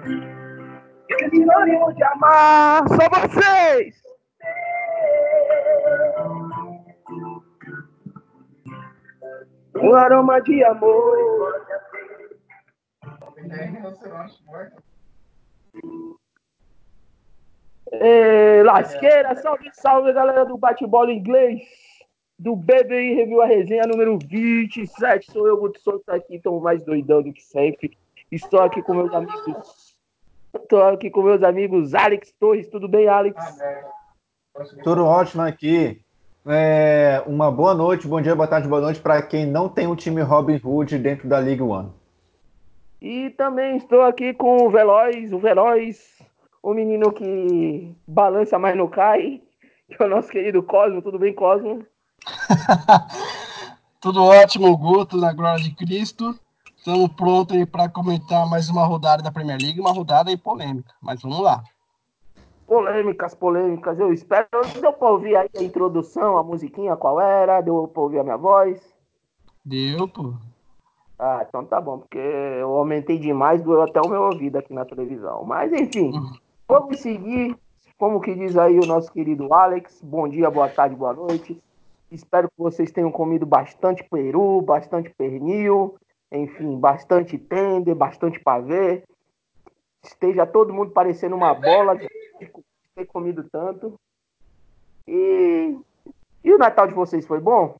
Sinônimo de amar, só vocês! Um aroma de amor. Lasqueira, salve, salve, galera do bate-bola inglês, do BBI Review a Resenha número 27. Sou eu, Guto Souza, aqui, estou mais doidão do que sempre. Estou aqui com meus amigos Alex Torres. Tudo bem, Alex? Tudo ótimo aqui. Uma boa noite, bom dia, boa tarde, boa noite para quem não tem um time Robin Hood dentro da League One. E também estou aqui com o Veloz, o menino que balança, mas não cai, que é o nosso querido Cosmo. Tudo bem, Cosmo? Tudo ótimo, Guto, na glória de Cristo. Estamos prontos aí para comentar mais uma rodada da Premier League, uma rodada aí polêmica, mas vamos lá. Polêmicas, eu espero. Deu para ouvir aí a introdução, a musiquinha, qual era? Deu para ouvir a minha voz? Deu, pô. Ah, então tá bom, porque eu aumentei demais, doeu até o meu ouvido aqui na televisão. Mas enfim, vamos seguir, como que diz aí o nosso querido Alex. Bom dia, boa tarde, boa noite. Espero que vocês tenham comido bastante peru, bastante pernil, enfim, bastante tender, bastante pavê. Esteja todo mundo parecendo uma bola de ter comido tanto. E o Natal de vocês foi bom?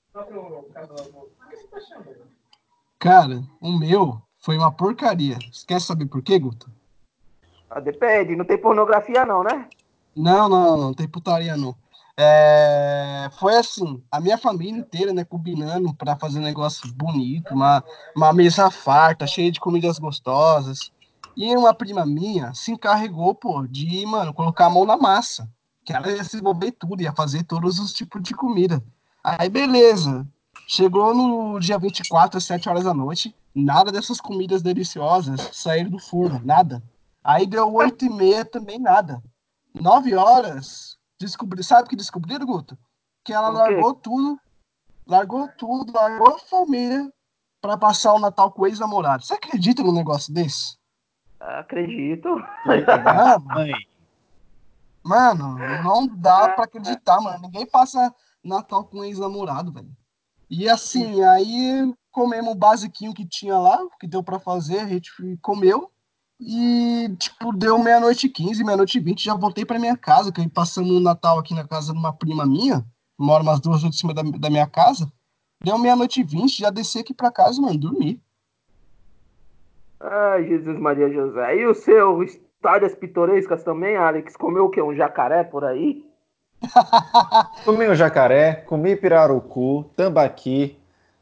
Cara, o meu foi uma porcaria. Você quer saber por quê, Guto? Ah, depende, não tem pornografia não, né? Não tem putaria não. Foi assim, a minha família inteira, né, combinando para fazer um negócio bonito, uma mesa farta, cheia de comidas gostosas. E uma prima minha se encarregou, pô, de, mano, colocar a mão na massa. Que ela ia se envolver tudo, ia fazer todos os tipos de comida. Aí, beleza. Chegou no dia 24, às 7 horas da noite, nada dessas comidas deliciosas saíram do forno, nada. Aí deu 8h30, também nada. 9 horas, sabe o que descobriram, Guto? Que ela O quê? largou tudo, largou a família para passar o Natal com o ex-namorado. Você acredita num negócio desse? Acredito. Filha da Mano, mãe. mano, não dá para acreditar, mano. Ninguém passa Natal com ex-namorado, velho. E assim, aí comemos o basiquinho que tinha lá, que deu para fazer, a gente comeu. E, tipo, deu 00h15, 00h20, já voltei pra minha casa, que eu passando o Natal aqui na casa de uma prima minha, mora umas 2 ruas de cima da minha casa. Deu 00h20, já desci aqui pra casa, mano, dormi. Ai, Jesus Maria José. E o seu histórias pitorescas também, Alex? Comeu o quê? Um jacaré por aí? Comi o jacaré, comi pirarucu, tambaqui.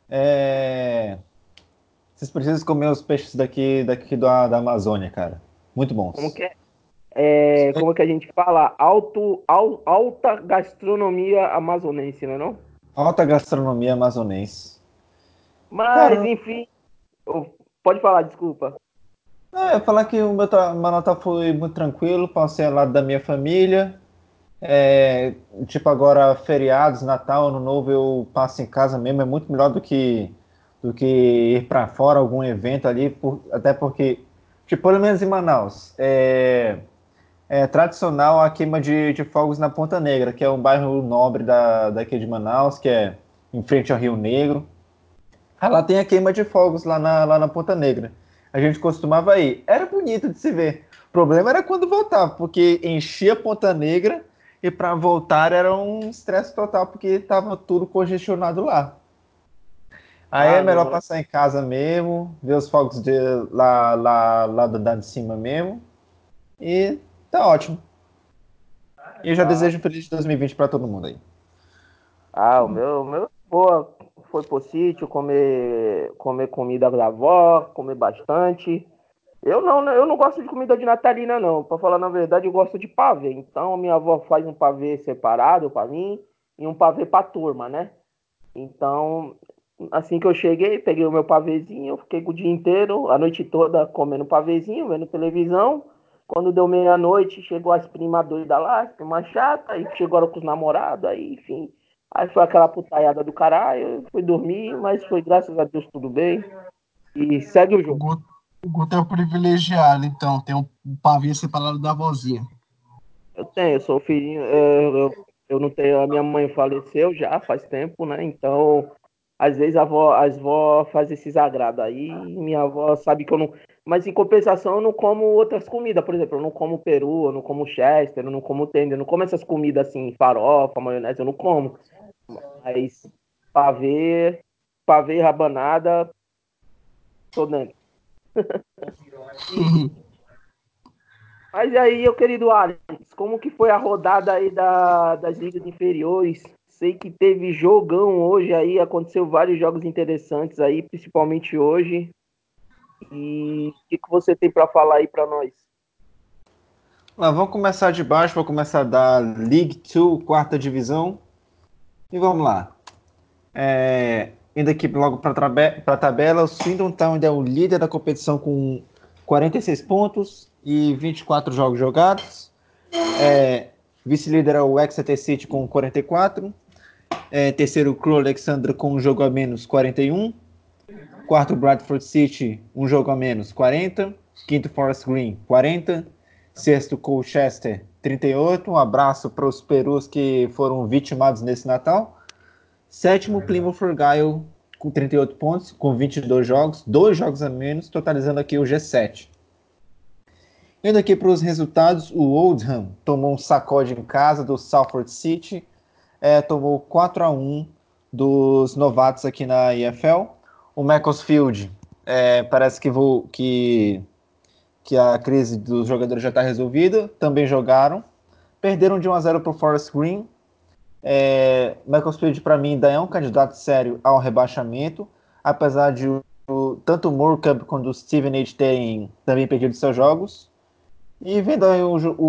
Vocês precisam comer os peixes daqui da Amazônia, cara. Muito Como bons. que é? Como é que a gente fala? Alta gastronomia amazonense, né, não? Alta gastronomia amazonense. Mas, Cara, enfim, pode falar, desculpa. eu ia falar que meu Natal foi muito tranquilo, passei ao lado da minha família. Tipo, agora feriados, Natal, Ano Novo, eu passo em casa mesmo, é muito melhor do que ir para fora, algum evento ali, até porque, tipo, pelo menos em Manaus, é tradicional a queima de fogos na Ponta Negra, que é um bairro nobre daqui de Manaus, que é em frente ao Rio Negro. Ah, lá tem a queima de fogos lá na Ponta Negra. A gente costumava ir. Era bonito de se ver. O problema era quando voltava, porque enchia a Ponta Negra e para voltar era um estresse total, porque estava tudo congestionado lá. Aí é Ah, melhor não. passar em casa mesmo, ver os fogos lá do andar de cima mesmo. E tá ótimo. E eu já Ah, desejo um feliz 2020 para todo mundo aí. o meu, boa, foi pro sítio, comer comida da avó, comer bastante. Eu não gosto de comida de natalina, não. Pra falar na verdade, eu gosto de pavê. Então, minha avó faz um pavê separado pra mim e um pavê pra turma, né? Então, assim que eu cheguei, peguei o meu pavêzinho, fiquei o dia inteiro, a noite toda comendo pavêzinho, vendo televisão. Quando deu meia-noite, chegou as primas doidas lá, as primas chatas, aí chegou com os namorados, aí, enfim. Aí foi aquela putaiada do caralho, eu fui dormir, mas foi graças a Deus tudo bem. E segue o O jogo. Guto, O Guto é o privilegiado, então, tem um pavê separado da vozinha. Eu tenho, eu sou filhinho, eu não tenho, a minha mãe faleceu já faz tempo, né? Então, às vezes as vó faz esses agrados aí, e minha avó sabe que eu não. Mas em compensação, eu não como outras comidas, por exemplo, eu não como peru, eu não como chester, eu não como tender, eu não como essas comidas assim, farofa, maionese, eu não como. Mas pavê, pavê, rabanada, tô dentro. Mas e aí, meu querido Alex, como que foi a rodada aí das ligas inferiores? Sei que teve jogão hoje aí, aconteceu vários jogos interessantes aí, principalmente hoje. E o que você tem para falar aí para nós? Vamos começar de baixo, vou começar da League 2, quarta divisão. E vamos lá. Indo aqui logo para a tabela, o Swindon Town é o líder da competição com 46 pontos e 24 jogos jogados. Vice-líder é o Exeter City com 44. Terceiro, o Crew Alexandra com um jogo a menos, 41. Quarto, Bradford City, um jogo a menos, 40. Quinto, Forest Green, 40. Sexto, Colchester, 38. Um abraço para os perus que foram vitimados nesse Natal. Sétimo, Plymouth Argyle, com 38 pontos, com 22 jogos, 2 jogos a menos, totalizando aqui o G7. Indo aqui para os resultados, o Oldham tomou um sacode em casa do Salford City, tomou 4-1 dos novatos aqui na EFL. O Macclesfield parece que a crise dos jogadores já está resolvida, também jogaram. Perderam de 1-0 para o Forest Green. Macclesfield, para mim, ainda é um candidato sério ao rebaixamento, apesar de tanto o Morecambe quanto o Stevenage terem também perdido seus jogos. E vendo aí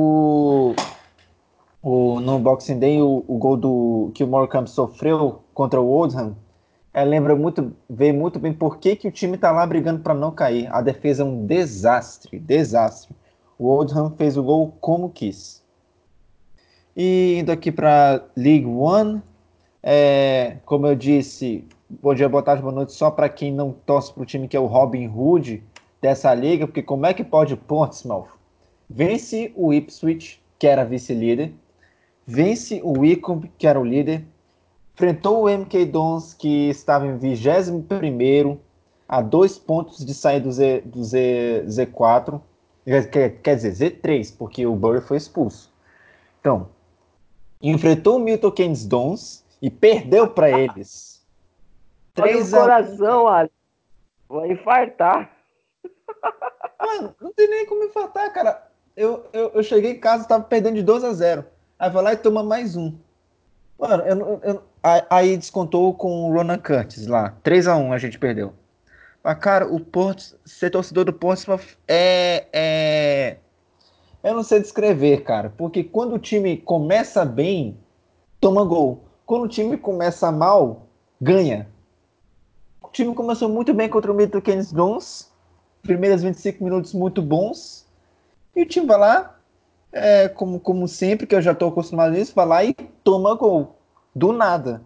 no Boxing Day o gol que o Morecambe sofreu contra o Oldham, vê muito bem por que o time está lá brigando para não cair. A defesa é um desastre, desastre. O Oldham fez o gol como quis. E indo aqui para League One, como eu disse, bom dia, boa tarde, boa noite, só para quem não torce para o time que é o Robin Hood dessa liga, porque como é que pode Portsmouth vence o Ipswich, que era vice-líder, vence o Wycombe, que era o líder, enfrentou o MK Dons, que estava em 21º, a 2 pontos de sair do Z4, quer dizer, Z3, porque o Bury foi expulso. Então, enfrentou o Milton Keynes Dons e perdeu para eles. Olha no 3-1. coração, Alex, vai infartar. Mano, não tem nem como me faltar, cara. Eu cheguei em casa, tava perdendo de 2-0. Aí vai lá e toma mais um. Mano, aí descontou com o Ronan Curtis lá. 3-1 a gente perdeu. Mas, cara, o Porto, ser torcedor do Portsmouth eu não sei descrever, cara. Porque quando o time começa bem, toma gol. Quando o time começa mal, ganha. O time começou muito bem contra o Milton Keynes Dons. Primeiros 25 minutos muito bons. E o time vai lá, como sempre, que eu já estou acostumado nisso, vai lá e toma gol. Do nada.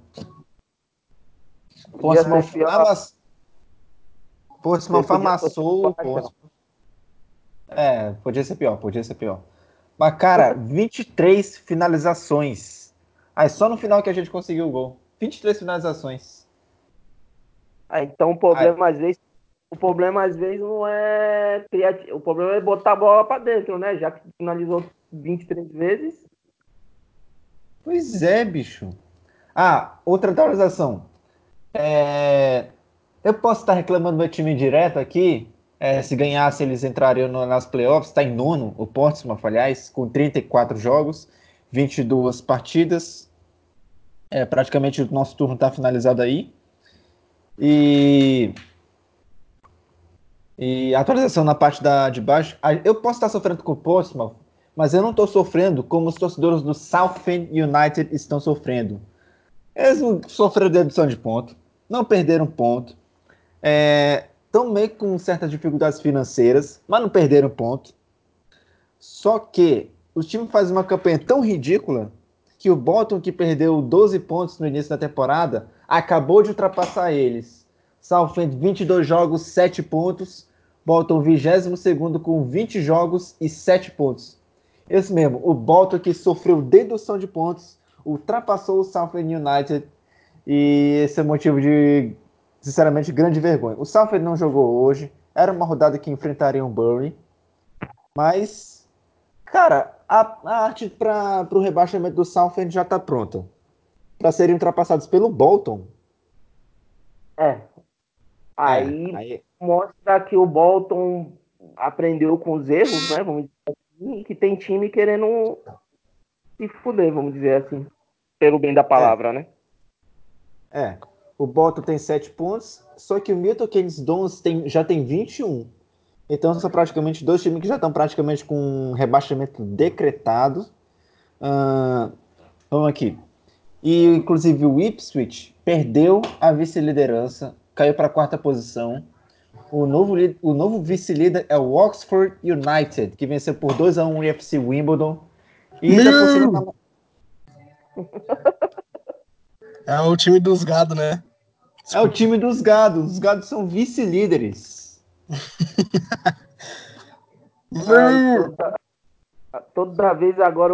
Podia ser Portsmouth, pior, amass... você Portsmouth podia torcer amassou pro o Baixão. Portsmouth. Podia ser pior, podia ser pior. Mas, cara, 23 finalizações. Aí só no final que a gente conseguiu o gol. 23 finalizações. Ah, então Aí, o problema às vezes não é criativo, o problema é botar a bola para dentro, né? Já que finalizou 23 vezes. pois é, bicho. Outra atualização. Eu posso estar reclamando do meu time direto aqui. Se ganhasse, eles entrariam nas playoffs. Está em nono, o Portsmouth, aliás, com 34 jogos, 22 partidas. Praticamente o nosso turno está finalizado aí. E, e a atualização na parte de baixo. Eu posso estar sofrendo com o Portsmouth, mas eu não estou sofrendo como os torcedores do Southend United estão sofrendo. Eles não sofreram dedução de ponto, não perderam ponto. Estão meio com certas dificuldades financeiras, mas não perderam ponto. Só que o time faz uma campanha tão ridícula que o Bolton, que perdeu 12 pontos no início da temporada, acabou de ultrapassar eles. Southend, 22 jogos, 7 pontos. Bolton 22º com 20 jogos e 7 pontos. Esse mesmo, o Bolton que sofreu dedução de pontos, ultrapassou o Southend United e esse é motivo de, sinceramente, grande vergonha. O Southend não jogou hoje, era uma rodada que enfrentaria o Bury, mas, cara, a arte para o rebaixamento do Southend já está pronta. Para serem ultrapassados pelo Bolton. É, aí Aí mostra que o Bolton aprendeu com os erros, né? Vamos dizer assim, e que tem time querendo se fuder, vamos dizer assim, pelo bem da é, palavra, né? é. O Bolton tem 7 pontos, só que o Milton Keynes Dons já tem 21. Então são praticamente dois times que já estão praticamente com um rebaixamento decretado. Ah, vamos aqui. E inclusive o Ipswich perdeu a vice-liderança, caiu para a quarta posição. O novo vice-líder é o Oxford United, que venceu por 2-1 o FC Wimbledon. E ainda por cima tá... Meu! É o time dos gados, né? É o Desculpa. time dos gados. Os gados são vice-líderes. Ai, Meu! toda vez agora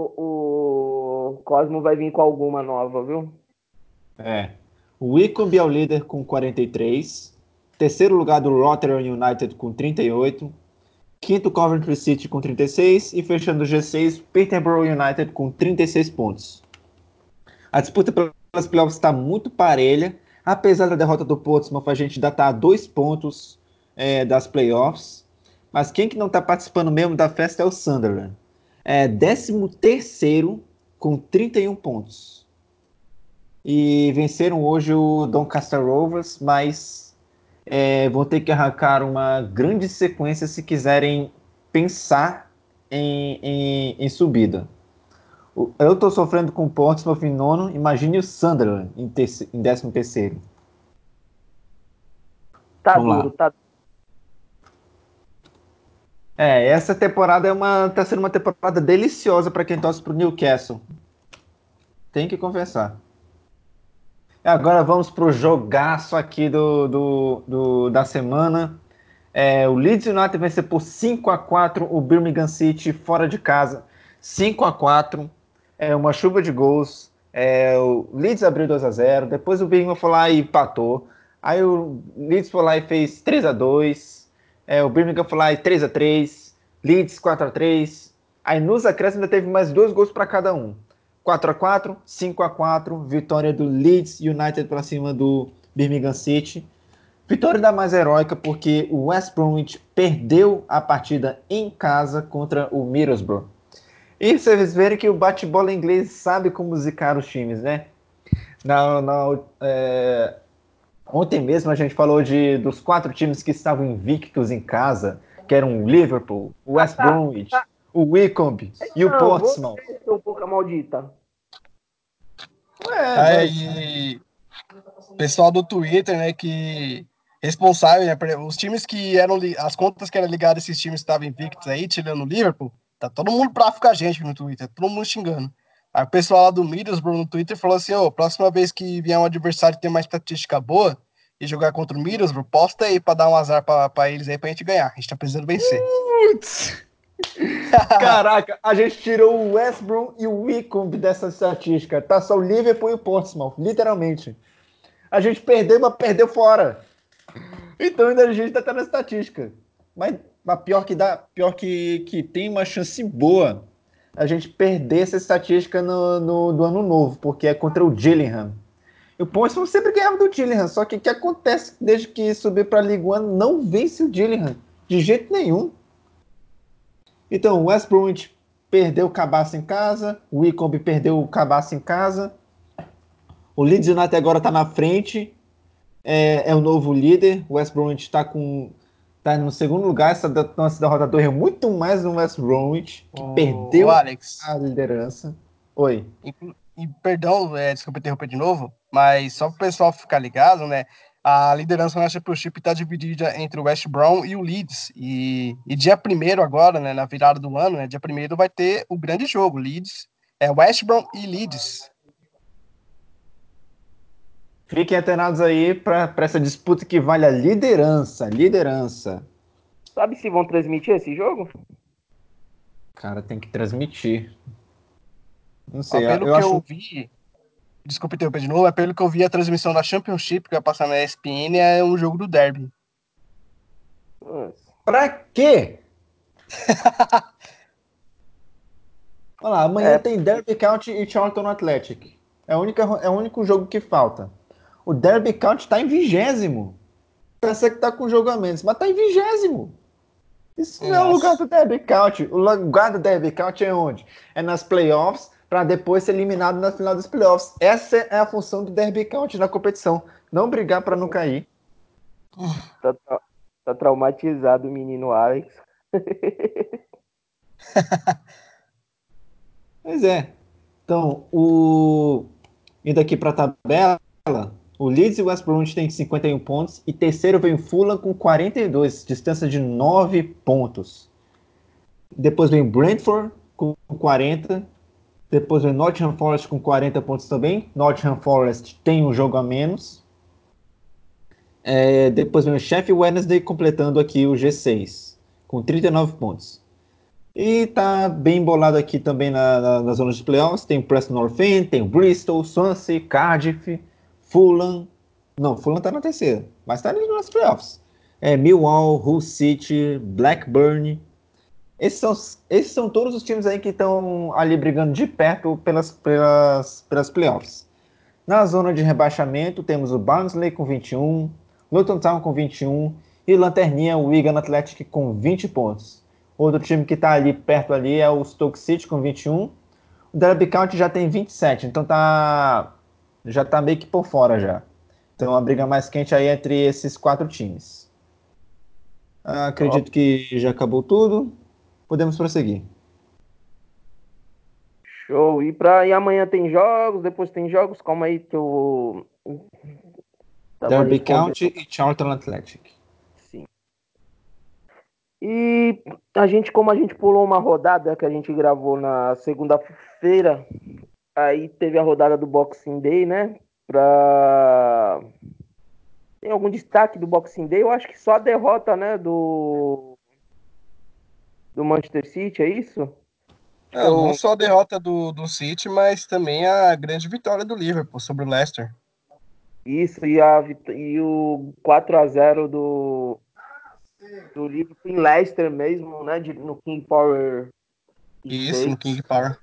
o Cosmo vai vir com alguma nova, viu? É. O Wycombe é o líder com 43. Terceiro lugar do Rotherham United com 38. Quinto, Coventry City com 36. E fechando o G6, Peterborough United com 36 pontos. A disputa pelas playoffs está muito parelha. Apesar da derrota do Portsmouth, a gente ainda está a 2 pontos das playoffs. Mas quem que não está participando mesmo da festa é o Sunderland. É 13º com 31 pontos. E venceram hoje o Doncaster Rovers, mas vão ter que arrancar uma grande sequência se quiserem pensar em subida. Eu estou sofrendo com o Portsmouth em nono, imagine o Sunderland em 13º. Tá Vamos duro, lá. tá. Essa temporada tá sendo uma temporada deliciosa para quem torce pro Newcastle. Tem que confessar. Agora vamos pro jogaço aqui da semana. O Leeds United venceu por 5-4 o Birmingham City fora de casa. 5-4. Uma chuva de gols. O Leeds abriu 2-0. Depois o Birmingham foi lá e empatou. Aí o Leeds foi lá e fez 3-2. O Birmingham foi lá e 3-3. Leeds 4-3. Aí nos acréscimos ainda teve mais 2 gols para cada um. 4-4, 5-4. Vitória do Leeds United para cima do Birmingham City. Vitória ainda mais heróica porque o West Bromwich perdeu a partida em casa contra o Middlesbrough. E vocês verem que o bate-bola inglês sabe como zicar os times, né? Ontem mesmo a gente falou dos 4 times que estavam invictos em casa, que eram o Liverpool, o West Bromwich, o Wycombe e o Não, Portsmouth. você, seu boca maldita. Mas Aí, pessoal do Twitter, né, que responsável, né, os times que eram, as contas que eram ligadas a esses times que estavam invictos aí, tirando o Liverpool, tá todo mundo bravo com a gente no Twitter, todo mundo xingando. Aí o pessoal lá do Middlesbrough no Twitter falou assim, ô, próxima vez que vier um adversário que tem uma estatística boa e jogar contra o Middlesbrough, posta aí pra dar um azar pra eles aí pra gente ganhar. A gente tá precisando vencer. putz, caraca, a gente tirou o West Brom e o Wycombe dessa estatística. Tá só o Liverpool e o Portsmouth, literalmente. A gente perdeu, mas perdeu fora. Então ainda a gente ainda tá na estatística. Mas pior que tem uma chance boa a gente perder essa estatística do ano novo, porque é contra o Gillingham. E o Portsmouth sempre ganhava do Gillingham, só que o que acontece desde que subiu para a Liga 1 não vence o Gillingham, de jeito nenhum. Então, o West Bromwich perdeu o Cabaço em casa, o Wycombe perdeu o Cabaço em casa, o Leeds United agora está na frente, é o novo líder. O West Bromwich tá no segundo lugar. Essa nossa derrota doeu muito mais no West Bromwich, que Ô, perdeu Alex, a liderança. Oi. e perdão, desculpa interromper de novo, mas só para o pessoal ficar ligado, né? A liderança na Championship está dividida entre o West Brom e o Leeds. E dia primeiro agora, né, na virada do ano, né, dia primeiro vai ter o grande jogo, Leeds, West Brom e Leeds. Fiquem atenados aí para essa disputa que vale a liderança. Liderança. Sabe se vão transmitir esse jogo? Cara, tem que transmitir. Não Ó, sei, pelo eu que eu acho. vi, desculpe interromper de novo, pelo que eu vi a transmissão da Championship que vai passar na ESPN é um jogo do Derby. Nossa. Pra quê? Olha lá, amanhã É, tem Derby County e Charlton Athletic. É o único jogo que falta. O Derby County tá em 20º. Pensa que tá com jogo a menos, mas tá em 20º. Isso não é o lugar Nossa. do Derby County. O lugar do Derby County é onde? É nas playoffs, para depois ser eliminado na final dos playoffs. Essa é a função do Derby County na competição. Não brigar para não cair. tá traumatizado o menino Alex. Pois é. Então, indo aqui para a tabela, o Leeds e o West Bromwich tem 51 pontos e terceiro vem o Fulham com 42, distância de 9 pontos. Depois vem o Brentford com 40. Depois vem Nottingham Forest com 40 pontos também. Nottingham Forest tem um jogo a menos. Depois vem o Sheffield Wednesday completando aqui o G6 com 39 pontos. E tá bem embolado aqui também na zona de playoffs. Tem o Preston North End, tem o Bristol, Swansea, Cardiff, Fulham. Não, Fulham tá na terceira, mas tá ali nas playoffs. Millwall, Hull City, Blackburn. Esses são todos os times aí que estão ali brigando de perto pelas playoffs. Na zona de rebaixamento, temos o Barnsley com 21, Luton Town com 21 e Lanterninha, o Wigan Athletic com 20 pontos. Outro time que está ali perto ali é o Stoke City com 21. O Derby County já tem 27, então já tá meio que por fora já. Então a briga mais quente aí é entre esses 4 times. Ó, Acredito que já acabou tudo. Podemos prosseguir. show. E amanhã tem jogos, depois tem jogos. Calma aí que eu tava Derby respondendo. County e Charlton Athletic. Sim. E como a gente pulou uma rodada que a gente gravou na segunda-feira, aí teve a rodada do Boxing Day, né? Tem algum destaque do Boxing Day? Eu acho que só a derrota, né, do Manchester City, é isso? Não Eu, só a derrota do City, mas também a grande vitória do Liverpool sobre o Leicester. isso, e o 4-0 do Liverpool em Leicester mesmo, né, no King Power Isso, Stadium. no King Power.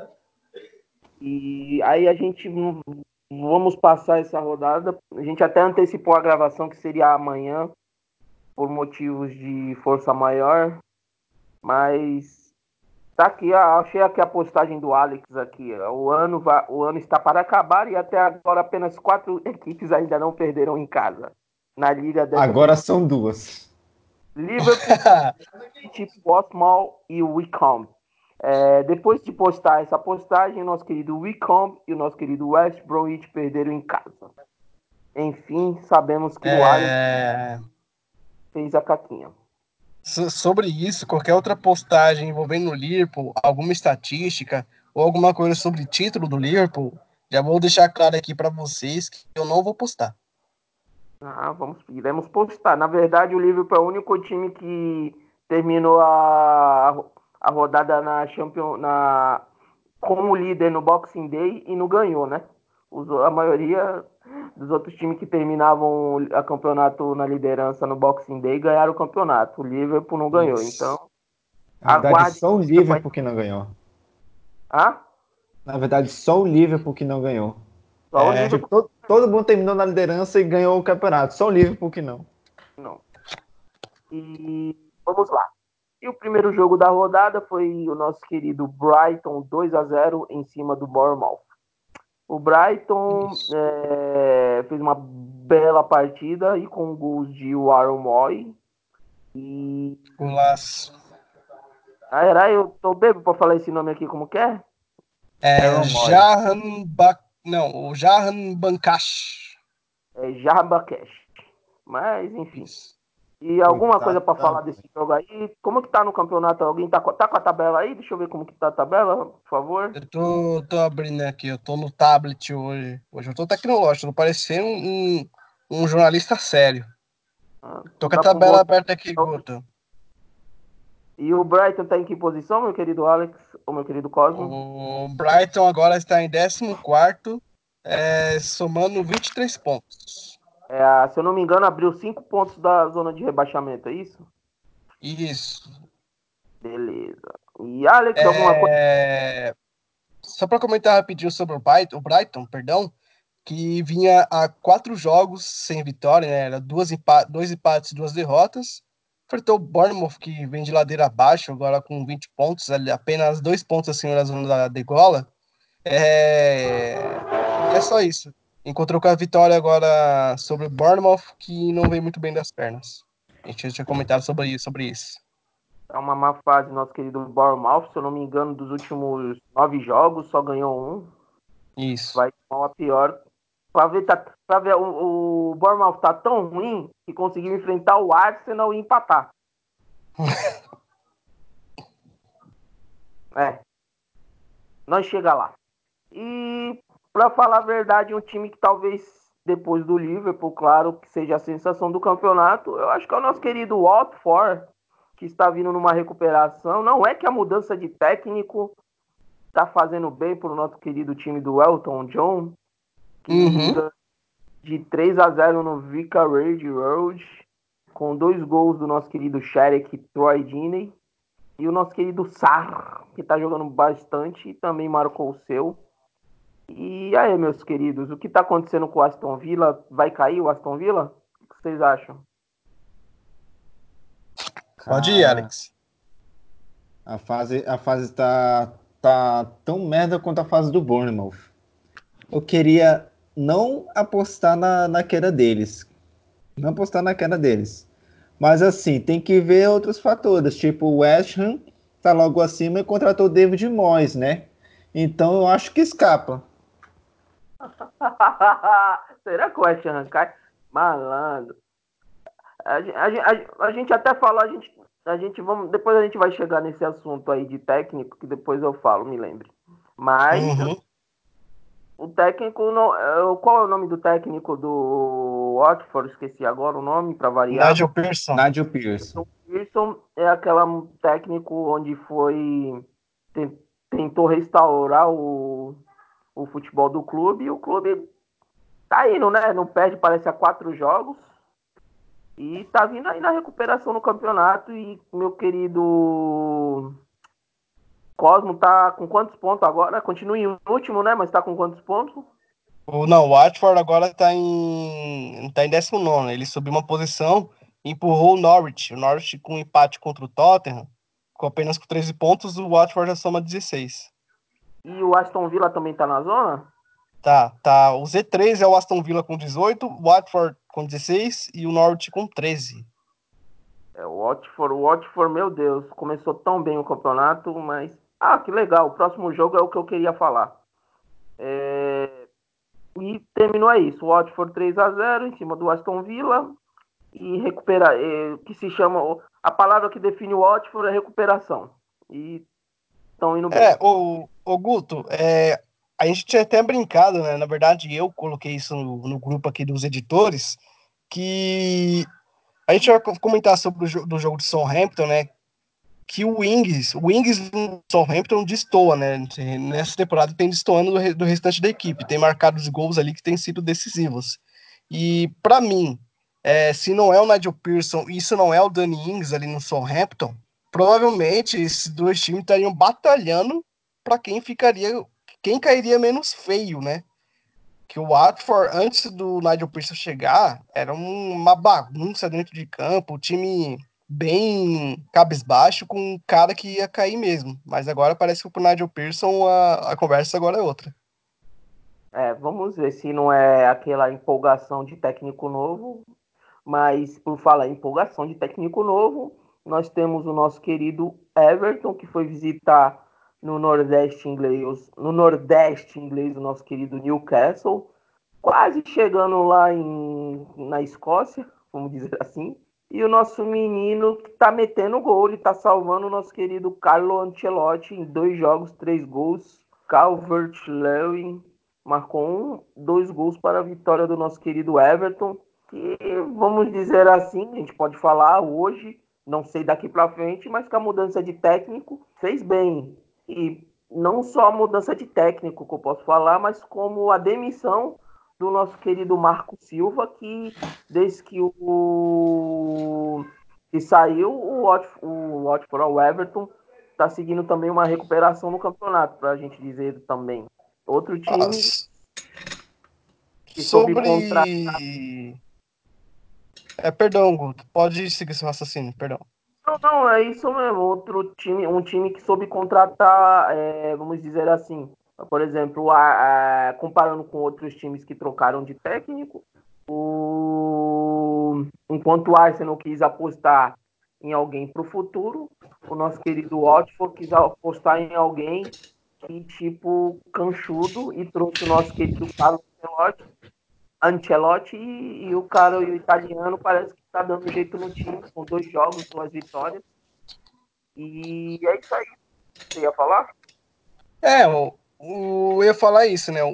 E aí vamos passar essa rodada. A gente até antecipou a gravação que seria amanhã, por motivos de força maior, mas tá aqui, achei aqui a postagem do Alex aqui. O ano está para acabar e até agora apenas 4 equipes ainda não perderam em casa na liga dessa Agora temporada. são duas. Liverpool, City, Portsmouth e Wycombe. Depois de postar essa postagem, o nosso querido Wycombe e o nosso querido West Bromwich perderam em casa. Enfim, sabemos que o Alex É, fez a caquinha. Sobre isso, qualquer outra postagem envolvendo o Liverpool, alguma estatística ou alguma coisa sobre título do Liverpool, já vou deixar claro aqui para vocês que eu não vou postar. Iremos postar. Na verdade, o Liverpool é o único time que terminou a rodada como líder no Boxing Day e não ganhou, né? A maioria dos outros times que terminavam o campeonato na liderança no Boxing Day ganharam o campeonato. O Liverpool não ganhou. Isso. Então, Na verdade, aguarde só o que isso vai. Liverpool que não ganhou. Ah? Na verdade, só o Liverpool que não ganhou. Só o Tipo, Liverpool todo mundo terminou na liderança e ganhou o campeonato. Só o Liverpool que não. não. E vamos lá. E o primeiro jogo da rodada foi o nosso querido Brighton 2-0 em cima do Bournemouth. O Brighton Isso. fez uma bela partida e com gols de Warren Moy. E. O Las... Eu tô bebo pra falar esse nome aqui como que é? Aaron Moy. Não, o Jahan Bankash. É Jarbakesh. Mas, enfim. Isso. E alguma coisa Coitado pra da falar Moy. desse jogo aí? Como que tá no campeonato? Alguém tá com a tabela aí? Deixa eu ver como que tá a tabela, por favor. Eu tô abrindo aqui, eu tô no tablet hoje. Hoje eu tô tecnológico, tô parecendo um jornalista sério. Ah, Tô tu com a tá com um bom tabela aberta aqui, Guto. E o Brighton tá em que posição, meu querido Alex? Ou meu querido Cosmo? O Brighton agora está em 14º, somando 23 pontos. Se eu não me engano, abriu 5 pontos da zona de rebaixamento, é isso? Isso. Beleza. E Alex, alguma coisa? Só para comentar rapidinho sobre o Brighton, perdão, que vinha a 4 jogos sem vitória, né? Era dois empates e 2 derrotas. Enfrentou o Bournemouth, que vem de ladeira abaixo, agora com 20 pontos, apenas 2 pontos acima da zona da degola. E é só isso. Encontrou com a vitória agora sobre o Bournemouth, que não vem muito bem das pernas. A gente já tinha comentado sobre isso. É uma má fase, nosso querido Bournemouth. Se eu não me engano, dos últimos 9 jogos, só ganhou um. Isso. Vai tomar uma pior. Pra ver o Bournemouth tá tão ruim que conseguiu enfrentar o Arsenal e empatar. É, nós chega lá. E, pra falar a verdade, um time que talvez, depois do Liverpool, claro, que seja a sensação do campeonato, eu acho que é o nosso querido Watford, que está vindo numa recuperação. Não é que a mudança de técnico está fazendo bem para o nosso querido time do Elton John, que Uhum. ganhou de 3-0 no Vicarage Road, com 2 gols do nosso querido Sherek Troy Deeney, e o nosso querido Sarr, que está jogando bastante e também marcou o seu. E aí, meus queridos, o que está acontecendo com o Aston Villa? Vai cair o Aston Villa? O que vocês acham? Pode ir, Cara, Alex. a fase tá tão merda quanto a fase do Bournemouth. Eu queria não apostar na queda deles. Não apostar na queda deles. Mas assim, tem que ver outros fatores. Tipo, o West Ham tá logo acima e contratou o David Moyes, né? Então eu acho que escapa. Será que o West Ham cai? Malandro. A gente até falou, vamos, depois a gente vai chegar nesse assunto aí de técnico, que depois eu falo, me lembre. Mas Uhum. o técnico, não, qual é o nome do técnico do Watford? Esqueci agora o nome, para variar. Nigel Pearson. Nigel Pearson. O Pearson é aquele técnico onde foi tentou restaurar o futebol do clube, e o clube tá indo, né? Não perde, parece, a 4 jogos. E tá vindo aí na recuperação no campeonato. E meu querido Cosmo tá com quantos pontos agora? Continua em último, né? Mas tá com quantos pontos? Não, o Watford agora tá em 19º. Ele subiu uma posição e empurrou o Norwich. O Norwich com um empate contra o Tottenham, com apenas com 13 pontos, o Watford já soma 16. E o Aston Villa também tá na zona? Tá. O Z3 é o Aston Villa com 18, o Watford com 16 e o Norwich com 13. O Watford, meu Deus, começou tão bem o campeonato, mas. Ah, que legal. O próximo jogo é o que eu queria falar. E terminou aí isso. O Watford 3-0 em cima do Aston Villa. E recuperar. Que se chama. A palavra que define o Watford é recuperação. E estão indo bem. O Guto, a gente tinha até brincado, né? Na verdade, eu coloquei isso no grupo aqui dos editores, que a gente vai comentar sobre do jogo de Southampton, né? Que o Ings do Southampton destoa, né? Nessa temporada tem destoando do restante da equipe, tem marcado os gols ali que têm sido decisivos. E para mim, se não é o Nigel Pearson e se não é o Danny Ings ali no Southampton, provavelmente esses dois times estariam batalhando para quem cairia menos feio, né? Que o Watford, antes do Nigel Pearson chegar, era uma bagunça dentro de campo, o time bem cabisbaixo com um cara que ia cair mesmo. Mas agora parece que pro Nigel Pearson a conversa agora é outra. Vamos ver se não é aquela empolgação de técnico novo. Mas, por falar em empolgação de técnico novo, nós temos o nosso querido Everton, que foi visitar no Nordeste inglês, o nosso querido Newcastle, quase chegando lá na Escócia, vamos dizer assim. E o nosso menino que tá metendo gol, ele tá salvando o nosso querido Carlo Ancelotti em 2 jogos, 3 gols. Calvert-Lewin marcou 2 gols para a vitória do nosso querido Everton, que, vamos dizer assim, a gente pode falar hoje, não sei daqui para frente, mas que a mudança de técnico fez bem. E não só a mudança de técnico que eu posso falar, mas como a demissão do nosso querido Marco Silva, que desde que saiu o Everton está seguindo também uma recuperação no campeonato, para a gente dizer também. Outro time que soube contratar. Sobre. Perdão, Guto. Pode seguir seu raciocínio, perdão. Não, é isso mesmo. Outro time, um time que soube contratar, vamos dizer assim, por exemplo, comparando com outros times que trocaram de técnico, enquanto o Arsenal quis apostar em alguém para o futuro, o nosso querido Watford quis apostar em alguém que, tipo, canchudo, e trouxe o nosso querido Carlos Ancelotti e o cara, o italiano, parece que está dando jeito no time, com 2 jogos, 2 vitórias. E é isso aí. Você ia falar? Eu ia falar isso, né?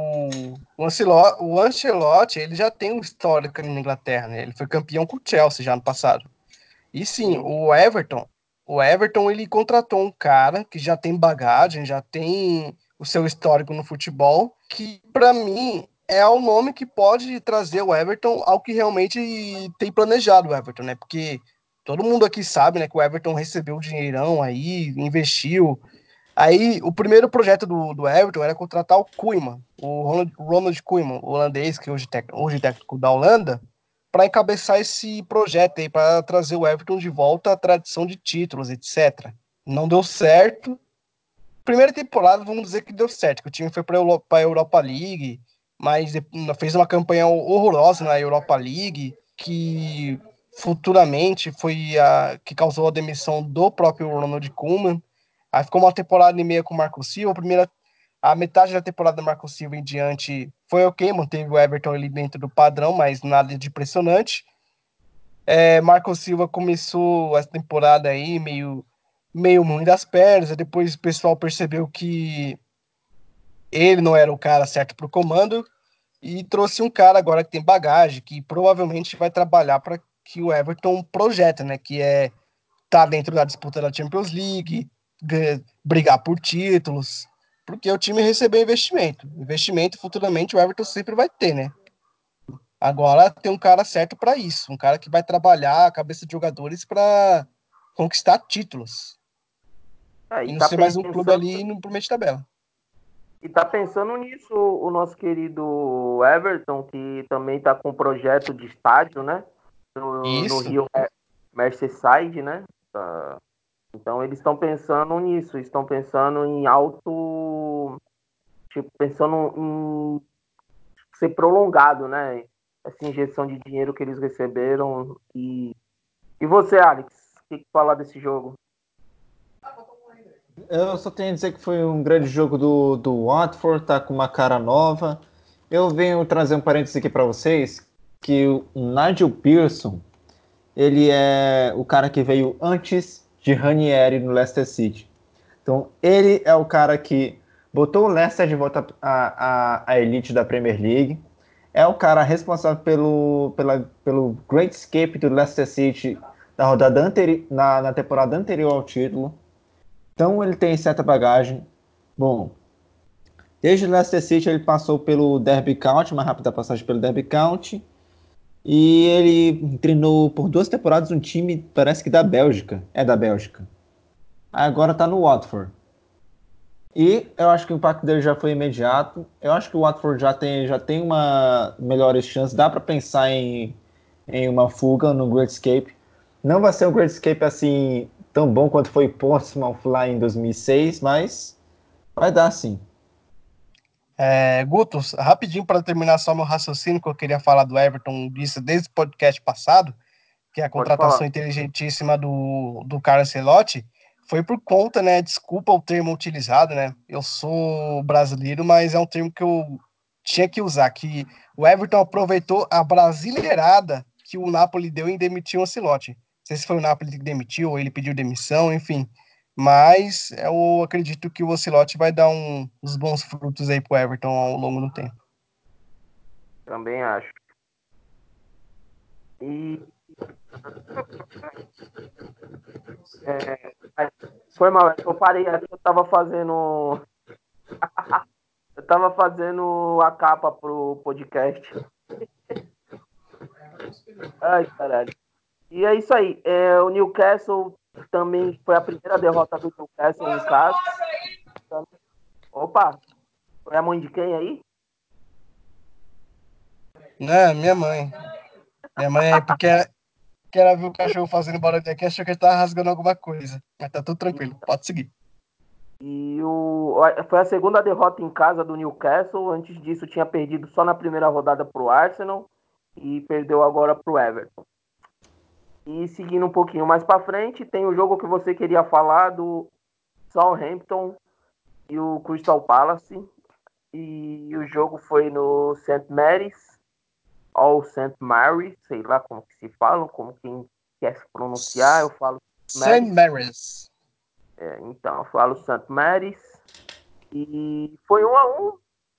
O Ancelotti, ele já tem um histórico ali na Inglaterra, né? Ele foi campeão com o Chelsea já no passado. E sim, Sim. o Everton, ele contratou um cara que já tem bagagem, já tem o seu histórico no futebol, que para mim é o nome que pode trazer o Everton ao que realmente tem planejado o Everton, né? Porque todo mundo aqui sabe, né, que o Everton recebeu dinheirão aí, investiu. Aí o primeiro projeto do Everton era contratar o Koeman, o Ronald Koeman, o holandês, que hoje é técnico da Holanda, para encabeçar esse projeto aí, para trazer o Everton de volta à tradição de títulos, etc. Não deu certo. Primeira temporada, vamos dizer que deu certo, que o time foi para a Europa League, mas fez uma campanha horrorosa na Europa League, que futuramente foi a que causou a demissão do próprio Ronald Koeman. Aí ficou uma temporada e meia com o Marco Silva. A metade da temporada do Marco Silva em diante foi ok, manteve o Everton ali dentro do padrão, mas nada de impressionante. Marco Silva começou essa temporada aí meio ruim das pernas, depois o pessoal percebeu que ele não era o cara certo para o comando e trouxe um cara agora que tem bagagem, que provavelmente vai trabalhar para que o Everton projeta, né? Que é tá dentro da disputa da Champions League, brigar por títulos, porque o time recebeu investimento. Investimento futuramente o Everton sempre vai ter, né? Agora tem um cara certo para isso, um cara que vai trabalhar a cabeça de jogadores para conquistar títulos e E não tá ser mais um clube pensando, ali no meio de tabela. nisso o nosso querido Everton, que também está com um projeto de estádio, né? No Isso. Rio Merseyside, né? Então eles estão pensando nisso, estão pensando em alto, tipo, pensando em ser prolongado, né? Essa injeção de dinheiro que eles receberam. E você, Alex, o que falar desse jogo? Eu só tenho a dizer que foi um grande jogo do Watford, tá com uma cara nova. Eu venho trazer um parênteses aqui para vocês, que o Nigel Pearson, ele é o cara que veio antes de Ranieri no Leicester City. Então, ele é o cara que botou o Leicester de volta à elite da Premier League. É o cara responsável pelo Great Escape do Leicester City na temporada anterior ao título. Então, ele tem certa bagagem. Bom, desde o Leicester City ele passou pelo Derby County, uma rápida passagem pelo Derby County. E ele treinou por 2 temporadas um time, parece que da Bélgica. É da Bélgica. Agora tá no Watford. E eu acho que o impacto dele já foi imediato. Eu acho que o Watford já tem uma melhores chances. Dá para pensar em uma fuga no Great Escape. Não vai ser um Great Escape assim tão bom quanto foi Portsmouth lá em 2006, mas vai dar sim. Guto, rapidinho para terminar só meu raciocínio que eu queria falar do Everton, disse desde o podcast passado, que é a Pode falar. contratação inteligentíssima do Carlo Ancelotti, foi por conta, né? Desculpa o termo utilizado, né? Eu sou brasileiro, mas é um termo que eu tinha que usar, que o Everton aproveitou a brasileirada que o Napoli deu em demitir o Ancelotti. Não sei se foi o Napoli que demitiu ou ele pediu demissão, enfim. Mas eu acredito que o Ancelotti vai dar uns bons frutos aí pro Everton ao longo do tempo. Também acho. E Foi mal, é que eu parei aqui, eu tava fazendo a capa pro podcast. Ai, caralho. E é isso aí. O Newcastle também foi a primeira derrota do Newcastle em casa. Opa, foi a mãe de quem aí? Não, minha mãe. Minha mãe, porque ela viu o cachorro fazendo barulho aqui, achou que ele tava rasgando alguma coisa. Mas tá tudo tranquilo, pode seguir. Foi a segunda derrota em casa do Newcastle. Antes disso, tinha perdido só na primeira rodada pro Arsenal e perdeu agora pro Everton. E seguindo um pouquinho mais para frente, tem o jogo que você queria falar do Southampton e o Crystal Palace. E o jogo foi no St. Mary's, ou St. Mary, sei lá como que se fala, como quem quer se pronunciar, eu falo St. Mary's. Mary's. Então, eu falo St. Mary's. E foi 1-1.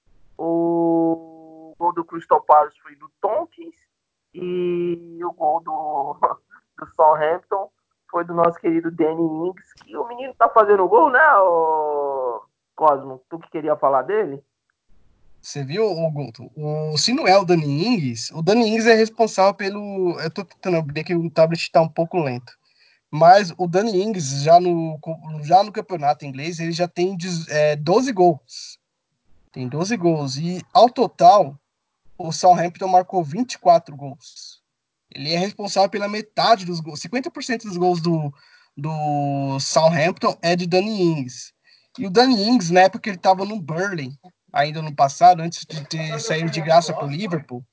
O gol do Crystal Palace foi do Tompkins e o gol do Southampton foi do nosso querido Danny Ings, que o menino tá fazendo gol, né, Cosmo? Tu que queria falar dele? Você viu, Guto? Se não é o Dani Ings é responsável pelo. Eu tô tentando abrir que o tablet tá um pouco lento. Mas o Dani Ings, já no campeonato inglês, ele já tem 12 gols. Tem 12 gols. E, ao total, o Southampton marcou 24 gols. Ele é responsável pela metade dos gols. 50% dos gols do Southampton é de Dani Ings. E o Dani Ings, na época que ele estava no Burnley, ainda no passado, antes de ter saído de graça para o Liverpool,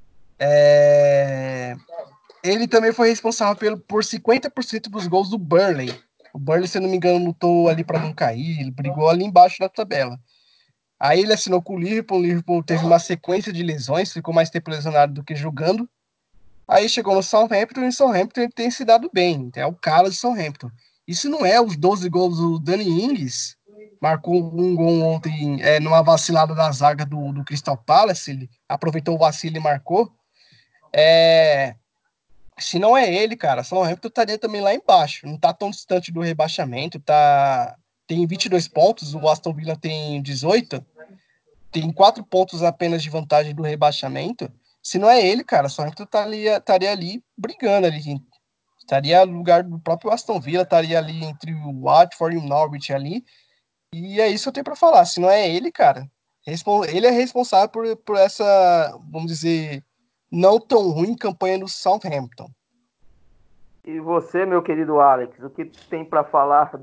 ele também foi responsável por 50% dos gols do Burnley. O Burnley, se eu não me engano, lutou ali para não cair, ele brigou ali embaixo da tabela. Aí ele assinou com o Liverpool teve uma sequência de lesões, ficou mais tempo lesionado do que jogando. Aí chegou no Southampton e o Southampton ele tem se dado bem, é o cara do Southampton. Isso não é os 12 gols do Danny Ings, marcou um gol ontem numa vacilada da zaga do Crystal Palace, ele aproveitou o vacilo e marcou. É, se não é ele, cara, Southampton estaria também lá embaixo, não tá tão distante do rebaixamento, tem 22 pontos, o Aston Villa tem 18, tem 4 pontos apenas de vantagem do rebaixamento. Se não é ele, cara, só que estaria ali brigando ali. Estaria no lugar do próprio Aston Villa, estaria ali entre o Watford e o Norwich ali. E é isso que eu tenho para falar. Se não é ele, cara, ele é responsável por essa, vamos dizer, não tão ruim campanha do Southampton. E você, meu querido Alex, o que tem para falar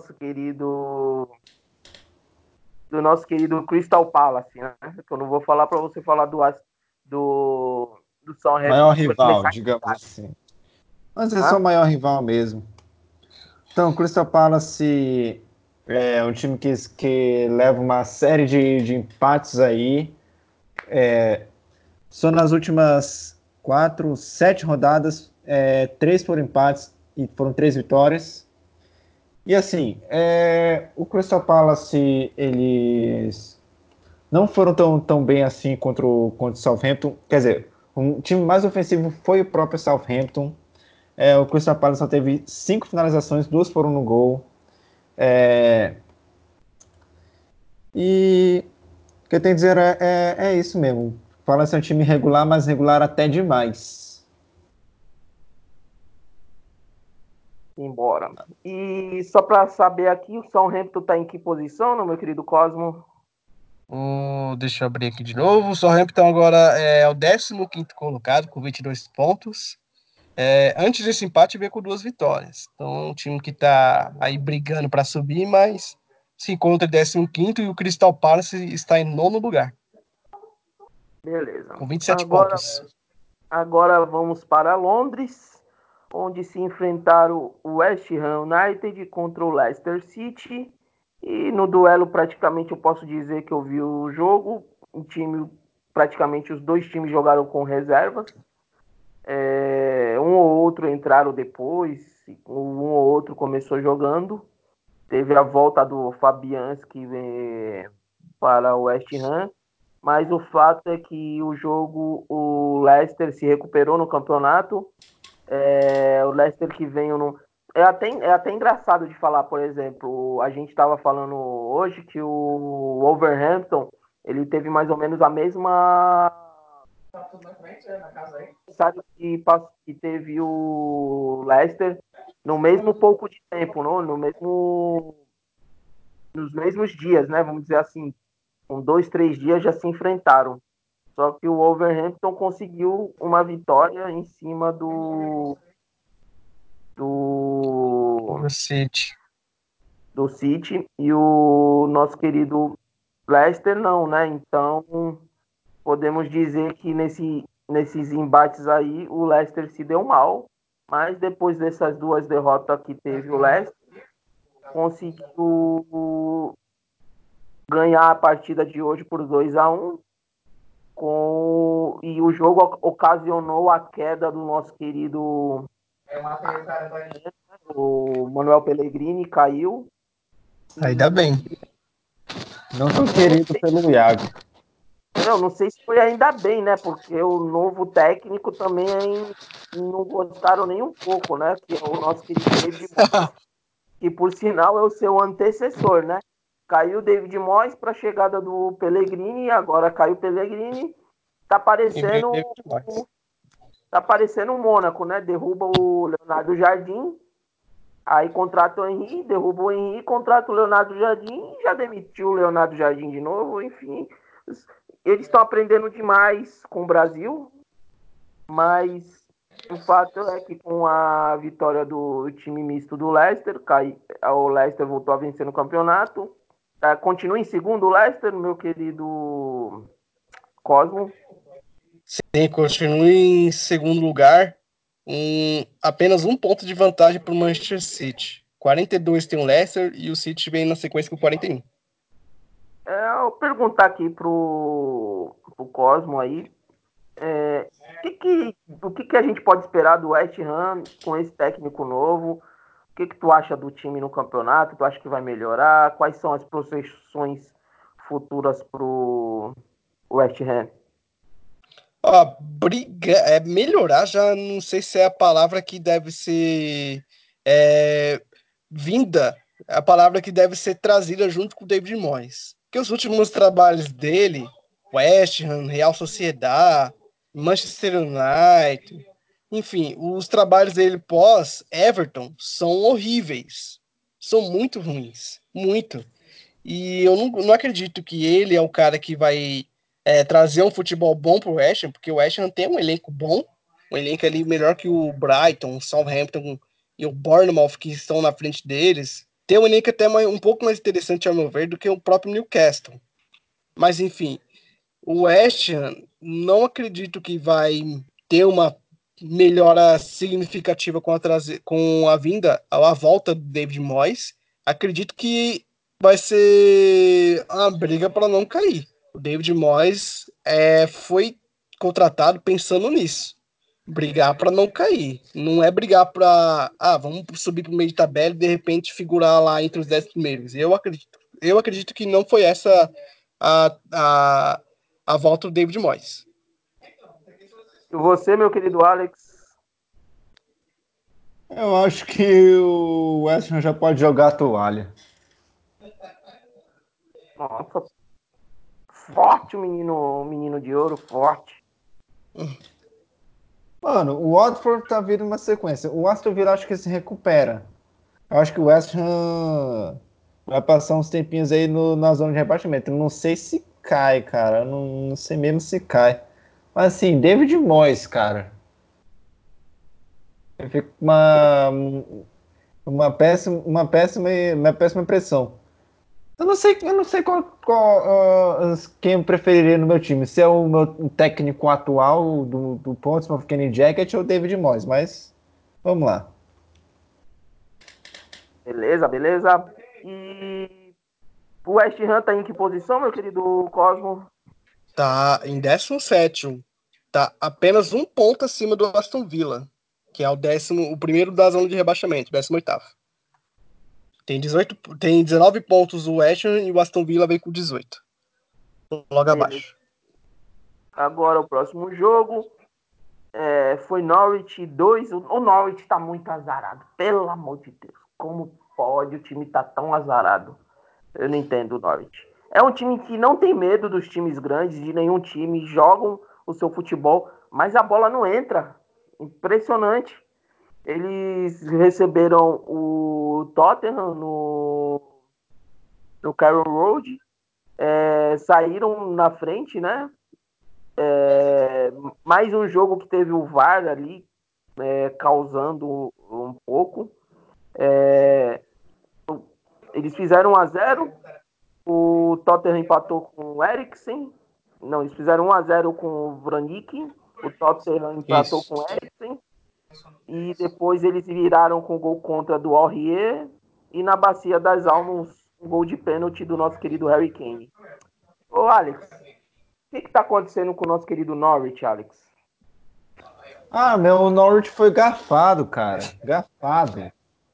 do nosso querido Crystal Palace, né? Que eu não vou falar para você falar do Southampton Maior que vai rival, começar. digamos assim. Mas é só o Hã? maior rival mesmo. Então, o Crystal Palace é um time que leva uma série de empates aí. Só nas últimas 7 rodadas, três foram empates e foram 3 vitórias. E assim, o Crystal Palace, eles não foram tão bem assim contra o Southampton. Quer dizer, o time mais ofensivo foi o próprio Southampton. O Crystal Palace só teve 5 finalizações, 2 foram no gol. E o que eu tenho a dizer é isso mesmo. Palace é um time regular, mas regular até demais. Embora. E só para saber aqui, o Southampton tá em que posição, meu querido Cosmo? Deixa eu abrir aqui de novo. O Southampton agora é o 15º colocado, com 22 pontos. Antes desse empate veio com 2 vitórias. Então, é um time que está aí brigando para subir, mas se encontra em 15º e o Crystal Palace está em nono lugar, Beleza. com 27 Agora, pontos. agora vamos para Londres, onde se enfrentaram o West Ham United contra o Leicester City. E no duelo, praticamente, eu posso dizer que eu vi o jogo. Praticamente os dois times jogaram com reservas. Um ou outro entraram depois, um ou outro começou jogando. Teve a volta do Fabianski para o West Ham, mas o fato é que o Leicester se recuperou no campeonato. O Leicester que é até engraçado de falar, por exemplo, a gente estava falando hoje que o Wolverhampton ele teve mais ou menos a mesma sabe que teve o Leicester no mesmo pouco de tempo, nos mesmos dias, né? Vamos dizer assim, com 2, 3 dias já se enfrentaram. Só que o Wolverhampton conseguiu uma vitória em cima do, City. do City e o nosso querido Leicester não, né? Então podemos dizer que nesses embates aí o Leicester se deu mal, mas depois dessas duas derrotas que teve o Leicester, conseguiu ganhar a partida de hoje por 2-1 e o jogo ocasionou a queda do nosso querido o Manuel Pellegrini, caiu. Ainda E bem. Não tão eu não querido sei, pelo Iago. eu não sei se foi ainda bem, né? Porque o novo técnico também não gostaram nem um pouco, né? Que é o nosso querido David Moyes, que por sinal é o seu antecessor, né? Caiu o David Moyes para a chegada do Pellegrini, agora caiu o Pellegrini, tá E veio parecendo demais. tá parecendo um Mônaco, né? Derruba o Leonardo Jardim, aí contrata o Henry, derruba o Henry, contrata o Leonardo Jardim, já demitiu o Leonardo Jardim de novo, enfim. Eles estão aprendendo demais com o Brasil, mas o fato é que com a vitória do time misto do Leicester, o Leicester voltou a vencer no campeonato. Continua em segundo o Leicester, meu querido Cosmo. Sim, continua em segundo lugar, apenas um ponto de vantagem para o Manchester City. 42 tem o Leicester e o City vem na sequência com 41. Eu perguntar aqui pro Cosmo aí, o que a gente pode esperar do West Ham com esse técnico novo? O que tu acha do time no campeonato? Tu acha que vai melhorar? Quais são as projeções futuras pro West Ham? Melhorar já não sei se é a palavra que deve ser é, vinda, a palavra que deve ser trazida junto com o David Moyes. Porque os últimos trabalhos dele, West Ham, Real Sociedad, Manchester United, enfim, os trabalhos dele pós Everton são horríveis. São muito ruins. Muito. E eu não acredito que ele é o cara que vai trazer um futebol bom pro West Ham, porque o West Ham tem um elenco bom, um elenco ali melhor que o Brighton, o Southampton e o Bournemouth, que estão na frente deles. Tem um elenco até um pouco mais interessante, ao meu ver, do que o próprio Newcastle. Mas, enfim, o West Ham não acredito que vai ter uma melhora significativa com a vinda, a volta do David Moyes. Acredito que vai ser uma briga para não cair. O David Moyes foi contratado pensando nisso. Brigar para não cair. Não é brigar para, vamos subir para o meio de tabela e de repente figurar lá entre os 10 primeiros. Eu acredito que não foi essa a, a, a volta do David Moyes. E você, meu querido Alex? Eu acho que o West Ham já pode jogar a toalha. Nossa, forte o menino de ouro, forte. Mano, o Watford tá vindo uma sequência. O Aston Villa acho que se recupera. Eu acho que o West Ham vai passar uns tempinhos aí na zona de rebaixamento. Eu não sei se cai, cara. Eu não sei mesmo se cai. Mas assim, David Moyes, cara. Eu fico com uma péssima impressão. Eu não sei quem eu preferiria no meu time. Se é o meu técnico atual do Portsmouth, Kenny Jackett ou David Moyes, mas vamos lá. Beleza, beleza. E o West Ham tá em que posição, meu querido Cosmo? Tá em 17º. Tá apenas um ponto acima do Aston Villa, que é o primeiro da zona de rebaixamento, 18º. Tem 19 pontos o West Ham e o Aston Villa vem com 18. Logo Beleza. abaixo. Agora o próximo jogo. Foi Norwich 2. O Norwich tá muito azarado. Pelo amor de Deus. Como pode o time tá tão azarado? Eu não entendo o Norwich. É um time que não tem medo dos times grandes, de nenhum time. Jogam o seu futebol, mas a bola não entra. Impressionante. Eles receberam o Tottenham no Carroll Road. Saíram na frente, né? Mais um jogo que teve o VAR ali, causando um pouco. Eles fizeram 1-0. O Tottenham empatou com o Eriksen. Não, eles fizeram 1-0 com o Vranic. O Tottenham empatou Isso. com o Eriksen. E depois eles viraram com o gol contra do Aurier. E na Bacia das Almas, um gol de pênalti do nosso querido Harry Kane. Ô, Alex, o que está acontecendo com o nosso querido Norwich, Alex? Ah, meu, o Norwich foi garfado, cara. Garfado.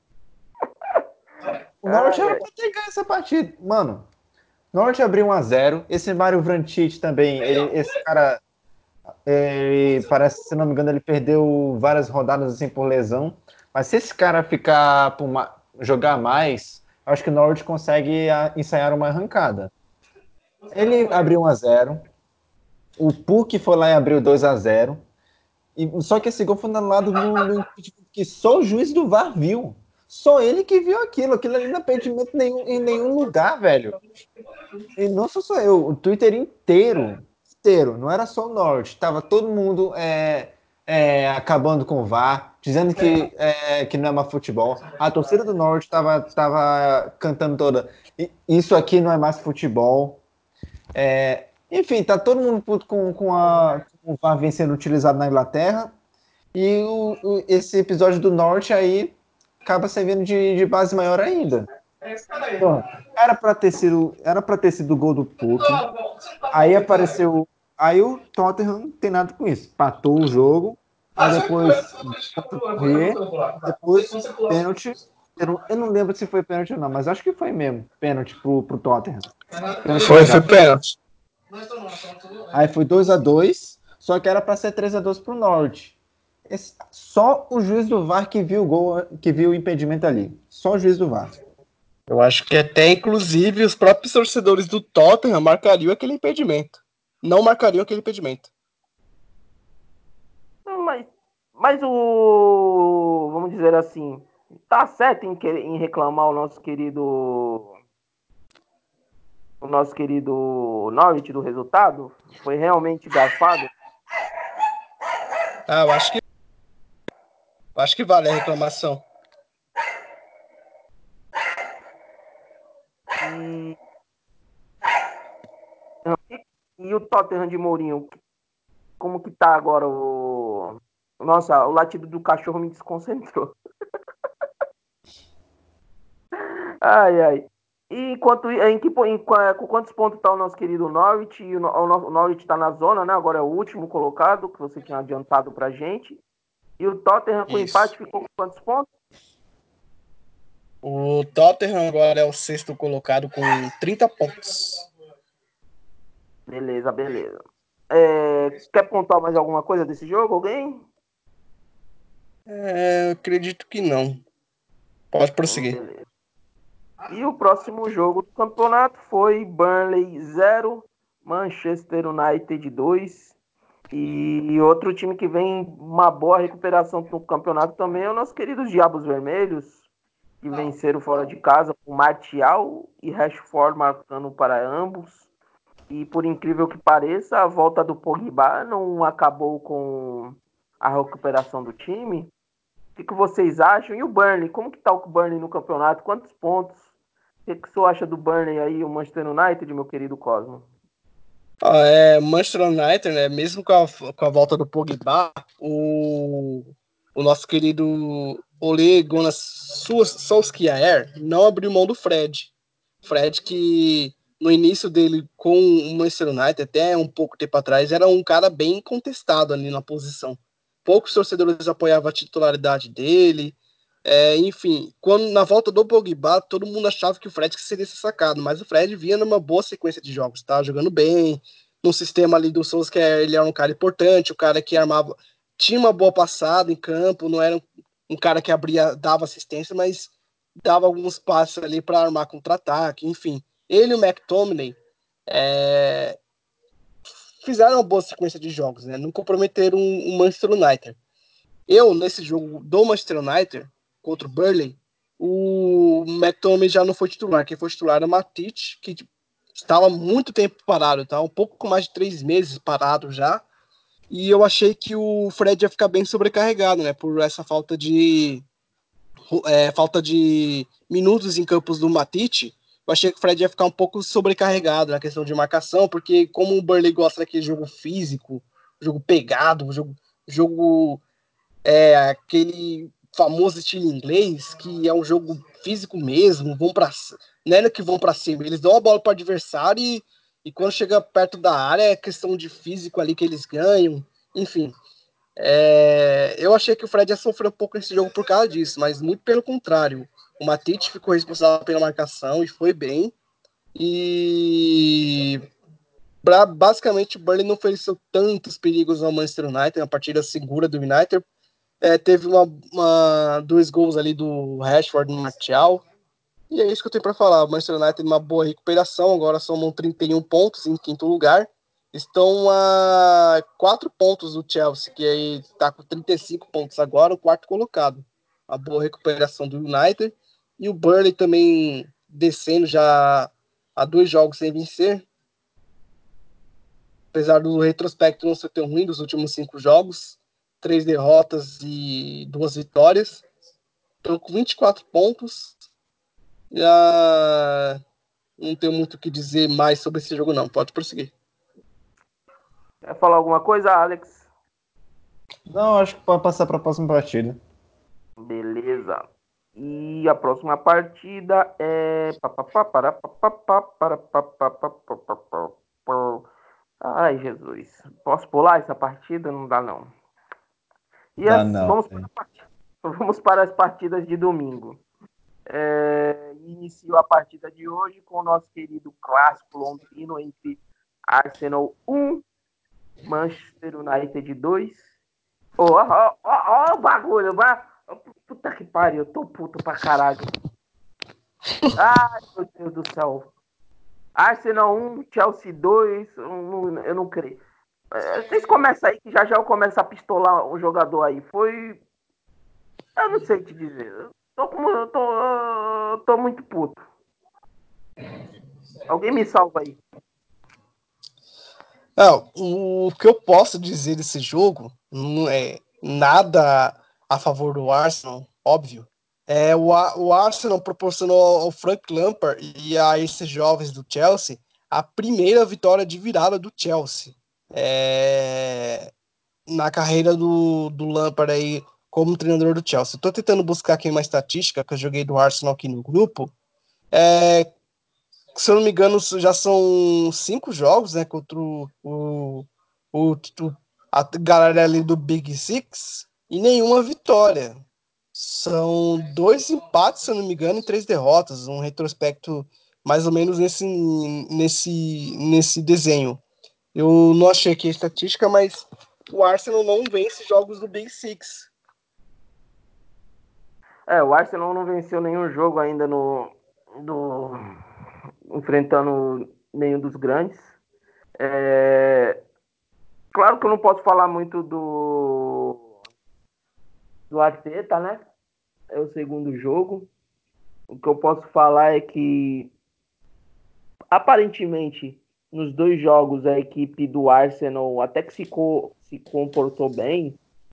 O Norwich era pra ter ganho essa partida. Mano, o Norwich abriu 1-0. Esse Mário Vrancic também, esse cara, parece, se não me engano, ele perdeu várias rodadas assim por lesão. Mas se esse cara ficar jogar mais, eu acho que o Norwich consegue ensaiar uma arrancada. Ele abriu 1-0. O Puk foi lá e abriu 2-0. Só que esse gol foi anulado no impedimento que só o juiz do VAR viu. Só ele que viu aquilo. Aquilo ali não é impedimento em nenhum lugar, velho. E não sou só eu, o Twitter inteiro, não era só o Norte, tava todo mundo acabando com o VAR, dizendo que não é mais futebol. A torcida do Norte tava cantando toda, isso aqui não é mais futebol. Enfim, tá todo mundo puto com o VAR vem sendo utilizado na Inglaterra, e esse episódio do Norte aí acaba servindo de base maior ainda. Então, era para ter sido o gol do Puck. Aí apareceu. Aí o Tottenham não tem nada com isso. Patou o jogo. Aí depois contra o Poirier. Depois pênalti. Eu não lembro se foi pênalti ou não, mas acho que foi mesmo. Pênalti pro Tottenham. Pênalti Foi legal. pênalti. Aí foi 2-2. Só que era para ser 3-2 pro Norte. Só o juiz do VAR que viu o gol, que viu o impedimento ali. Só o juiz do VAR. Eu acho que até, inclusive, os próprios torcedores do Tottenham marcariam aquele impedimento. Não marcariam aquele impedimento. Mas o. Vamos dizer assim. Tá certo em reclamar o nosso querido Norwich do resultado? Foi realmente garfado? Ah, eu acho que vale a reclamação. E, e o Tottenham de Mourinho, como que tá agora o. Nossa, o latido do cachorro me desconcentrou. Ai, ai. E enquanto com quantos pontos tá o nosso querido Norwich? E o Norwich tá na zona, né? Agora é o último colocado, que você tinha adiantado pra gente. E o Tottenham com Isso. empate ficou com quantos pontos? O Tottenham agora é o sexto colocado com 30 pontos. Beleza, beleza. Quer pontuar mais alguma coisa desse jogo? Alguém? Eu acredito que não. Pode prosseguir. Beleza. E o próximo jogo do campeonato foi Burnley 0, Manchester United 2. E outro time que vem uma boa recuperação no campeonato também é o nosso querido Diabos Vermelhos, que venceram fora de casa com Martial e Rashford marcando para ambos. E por incrível que pareça, a volta do Pogba não acabou com a recuperação do time. O que vocês acham? E o Burnley? Como que tá o Burnley no campeonato? Quantos pontos? O que você acha do Burnley aí, o Manchester United, meu querido Cosmo? Manchester United, né? Mesmo com a volta do Pogba, o nosso querido Ole Gunnar Solskjaer não abriu mão do Fred. Fred que no início dele com o Manchester United, até um pouco tempo atrás, era um cara bem contestado ali na posição. Poucos torcedores apoiavam a titularidade dele. Enfim, na volta do Pogba, todo mundo achava que o Fred seria ser sacado, mas o Fred vinha numa boa sequência de jogos, tá jogando bem, no sistema ali do Souls, que ele era um cara importante, o cara que armava, tinha uma boa passada em campo, não era um cara que dava assistência, mas dava alguns passos ali para armar contra-ataque, enfim. Ele e o McTominay fizeram uma boa sequência de jogos, né? Não comprometeram o Manchester United. Nesse jogo do Manchester United, contra o Burnley, o McTominay já não foi titular. Quem foi titular era o Matip, que estava muito tempo parado, tá? Um pouco com mais de 3 meses parado já. E eu achei que o Fred ia ficar bem sobrecarregado, né? Por essa falta de minutos em campos do Matite. Eu achei que o Fred ia ficar um pouco sobrecarregado na questão de marcação, porque como o Burley gosta daquele jogo físico, jogo pegado, jogo aquele famoso estilo inglês, que é um jogo físico mesmo, não é que vão para cima, eles dão a bola para o adversário e quando chega perto da área é questão de físico ali que eles ganham, enfim. Eu achei que o Fred ia sofrer um pouco nesse jogo por causa disso, mas muito pelo contrário. O Matite ficou responsável pela marcação e foi bem. E basicamente o Burnley não ofereceu tantos perigos ao Manchester United, uma partida segura do United. Teve dois gols ali do Rashford no Martial. E é isso que eu tenho para falar. O Manchester United tem uma boa recuperação, agora somam 31 pontos em quinto lugar. Estão a 4 pontos do Chelsea, que aí está com 35 pontos agora, o quarto colocado. A boa recuperação do United. E o Burnley também descendo já há 2 jogos sem vencer. Apesar do retrospecto não ser tão ruim dos últimos 5 jogos. 3 derrotas e 2 vitórias. Estão com 24 pontos. Já não tenho muito o que dizer mais sobre esse jogo, não. Pode prosseguir. Quer falar alguma coisa, Alex? Não, acho que pode passar para a próxima partida. Beleza. E a próxima partida é. Ai, Jesus. Posso pular essa partida? Não dá, não. E Dá não. vamos para as partidas de domingo. Inicio a partida de hoje com o nosso querido clássico londrino entre Arsenal 1, Manchester United 2. Ó, o bagulho, puta que pariu, eu tô puto pra caralho. Ai, meu Deus do céu. Arsenal 1, Chelsea 2, eu não creio. Vocês começam aí, que já eu começo a pistolar o jogador aí. Eu não sei te dizer. Eu tô muito puto. Alguém me salva aí. O que eu posso dizer desse jogo não é nada a favor do Arsenal, óbvio. O Arsenal proporcionou ao Frank Lampard e a esses jovens do Chelsea a primeira vitória de virada do Chelsea na carreira do Lampard aí como treinador do Chelsea. Estou tentando buscar aqui uma estatística que eu joguei do Arsenal aqui no grupo. Se eu não me engano, já são 5 jogos, né, contra a galera ali do Big Six e nenhuma vitória. São 2 empates, se eu não me engano, e 3 derrotas. Um retrospecto mais ou menos nesse desenho. Eu não achei aqui a estatística, mas o Arsenal não vence jogos do Big Six. O Arsenal não venceu nenhum jogo ainda enfrentando nenhum dos grandes. Claro que eu não posso falar muito do Arteta, né? É o segundo jogo. O que eu posso falar é que, aparentemente, nos 2 jogos, a equipe do Arsenal até que se comportou bem,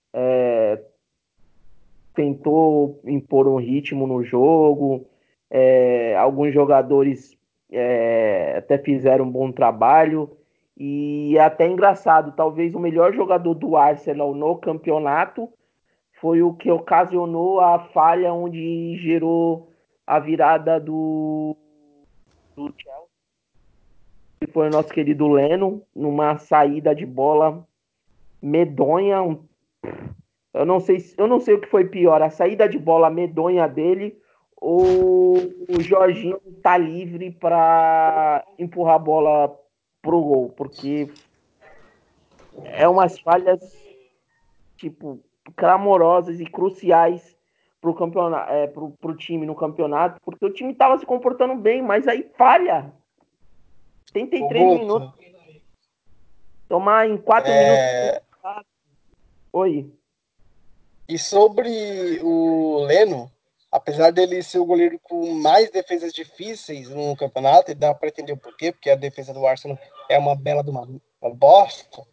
tentou impor um ritmo no jogo. Alguns jogadores até fizeram um bom trabalho. E é até engraçado, talvez o melhor jogador do Arsenal no campeonato foi o que ocasionou a falha onde gerou a virada do Chelsea, que foi o nosso querido Leno, numa saída de bola medonha. Eu não sei o que foi pior, a saída de bola medonha dele ou o Jorginho tá livre para empurrar a bola pro gol, porque é umas falhas tipo, clamorosas e cruciais pro campeonato, pro time no campeonato, porque o time tava se comportando bem, mas aí falha. Ô, 33 minutos, Guto, tomar em 4 minutos. é, Oi. e sobre o Leno, apesar dele ser o goleiro com mais defesas difíceis no campeonato, e dá para entender o porquê, porque a defesa do Arsenal é uma bela de uma bosta,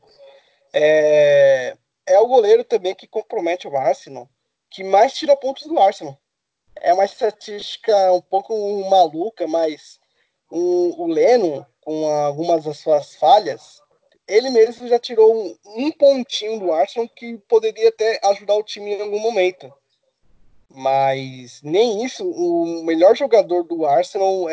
é o goleiro também que compromete o Arsenal, que mais tira pontos do Arsenal. É uma estatística um pouco maluca, mas o Leno, com algumas das suas falhas, ele mesmo já tirou um pontinho do Arsenal que poderia até ajudar o time em algum momento. Mas nem isso, o melhor jogador do Arsenal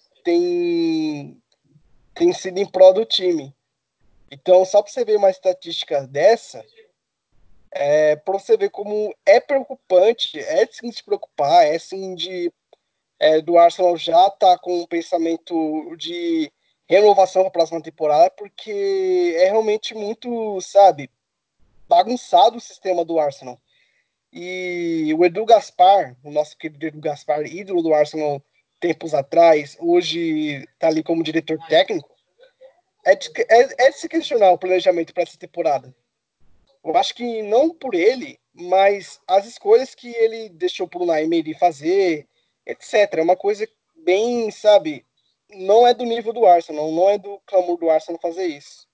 tem sido em prol do time. Então, só para você ver uma estatística dessa, para você ver como é preocupante, é sim de se preocupar, é sim do Arsenal já tá com um pensamento de renovação para a próxima temporada, porque é realmente muito, sabe, bagunçado o sistema do Arsenal. E o Edu Gaspar, o nosso querido Edu Gaspar, ídolo do Arsenal tempos atrás, hoje tá ali como diretor técnico, é de se questionar o planejamento para essa temporada. Eu acho que não por ele, mas as escolhas que ele deixou pro Naemery fazer, etc. É uma coisa bem, sabe, não é do nível do Arsenal, não é do clamor do Arsenal fazer isso.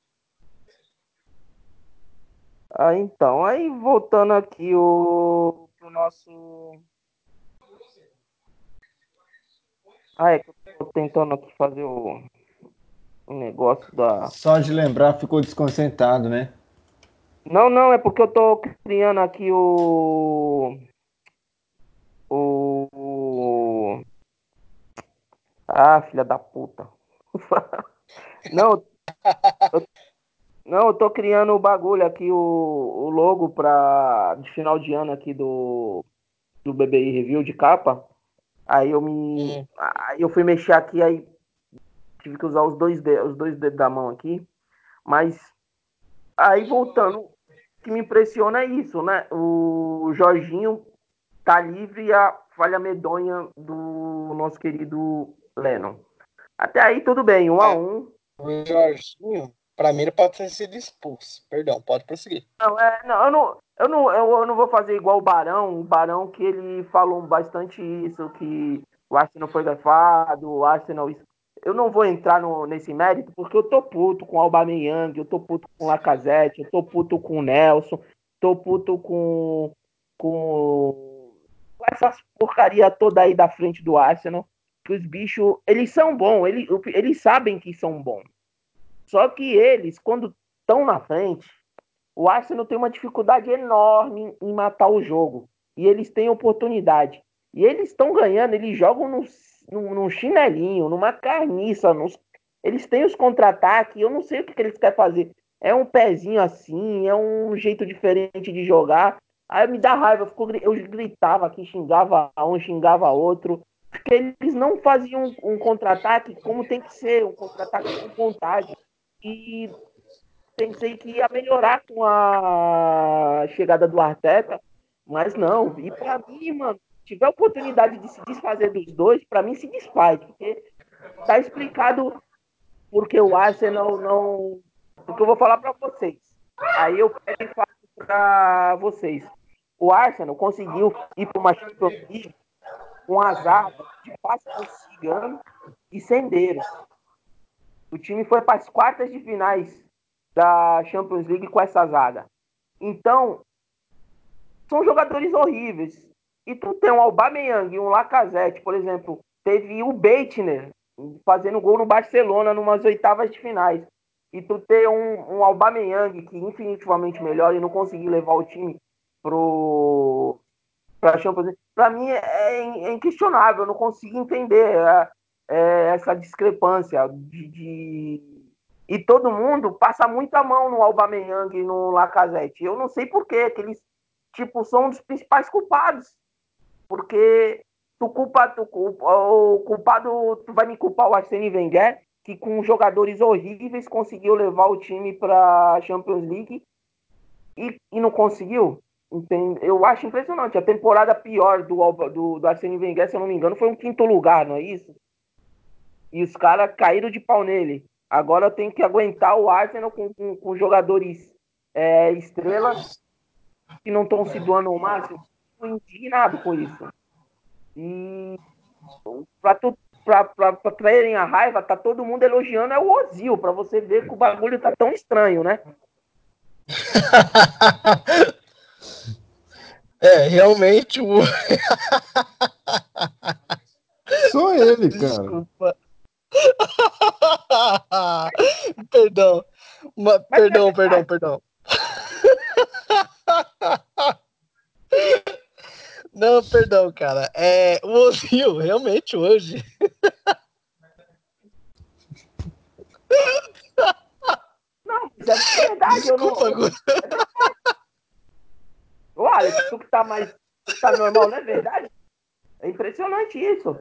Então, aí voltando aqui o nosso. É que eu tô tentando aqui fazer o negócio da. Só de lembrar, ficou desconcentrado, né? Não, não, é porque eu tô criando aqui o. Ah, filha da puta. Não, não, eu tô criando o bagulho aqui, o logo de final de ano aqui do BBI Review de capa. Hum. Aí eu fui mexer aqui, aí tive que usar os dois dedos da mão aqui. Mas aí voltando, o que me impressiona é isso, né? O Jorginho tá livre e a falha medonha do nosso querido Lennon. Até aí tudo bem, 1 a É, 1. o Jorginho, pra mim, ele pode ter sido expulso. Perdão, pode prosseguir. Não, eu não vou fazer igual o Barão que ele falou bastante isso, que o Arsenal foi garfado, o Arsenal. Eu não vou entrar nesse mérito, porque eu tô puto com o Aubameyang, eu tô puto com o Lacazette, eu tô puto com o Nelson, tô puto com essas porcaria toda aí da frente do Arsenal, que os bichos, eles são bons, eles sabem que são bons. Só que eles, quando estão na frente, o Arsenal tem uma dificuldade enorme em matar o jogo. E eles têm oportunidade. E eles estão ganhando, eles jogam num chinelinho, numa carniça. Eles têm os contra-ataques, eu não sei o que eles querem fazer. É um pezinho assim, é um jeito diferente de jogar. Aí me dá raiva, eu gritava aqui, xingava um, xingava outro. Porque eles não faziam um contra-ataque como tem que ser, um contra-ataque com vontade. E pensei que ia melhorar com a chegada do Arteta, mas não. E para mim, mano, se tiver oportunidade de se desfazer dos dois, para mim se desfaz, porque tá explicado porque o Arsenal não. Porque eu vou falar para vocês. Aí eu pego e falo para vocês. O Arsenal conseguiu ir para uma Champions League com a zaga de Pascal Cigano e Sendeiro. O time foi para as quartas de finais da Champions League com essa zaga. Então, são jogadores horríveis. E tu tem um Aubameyang e um Lacazette, por exemplo, teve o Beitner fazendo gol no Barcelona numas oitavas de finais. E tu ter um Aubameyang que infinitivamente melhor e não conseguir levar o time para a Champions League, para mim é inquestionável. Eu não consigo entender essa discrepância e todo mundo passa muita mão no Aubameyang e no Lacazette. Eu não sei por quê, que eles tipo são um dos principais culpados, porque o culpado, tu vai me culpar o Arsene Wenger, que com jogadores horríveis conseguiu levar o time para a Champions League e não conseguiu. Eu acho impressionante. A temporada pior do Arsene Wenger, se eu não me engano, foi um quinto lugar, não é isso? E os caras caíram de pau nele. Agora eu tenho que aguentar o Arsenal com jogadores estrelas que não estão se doando ao máximo. Estou indignado com isso. E pra traírem a raiva, tá todo mundo elogiando o Ozil, pra você ver que o bagulho tá tão estranho, né? Realmente o. Sou ele, cara. Desculpa. Perdão. Mas é Perdão. Não, perdão, cara. O Ozil, realmente, hoje. Não, mas é verdade, eu não. Desculpa, Gu. É verdade. Ô, Alex, tu que tá normal, não é verdade? É impressionante isso.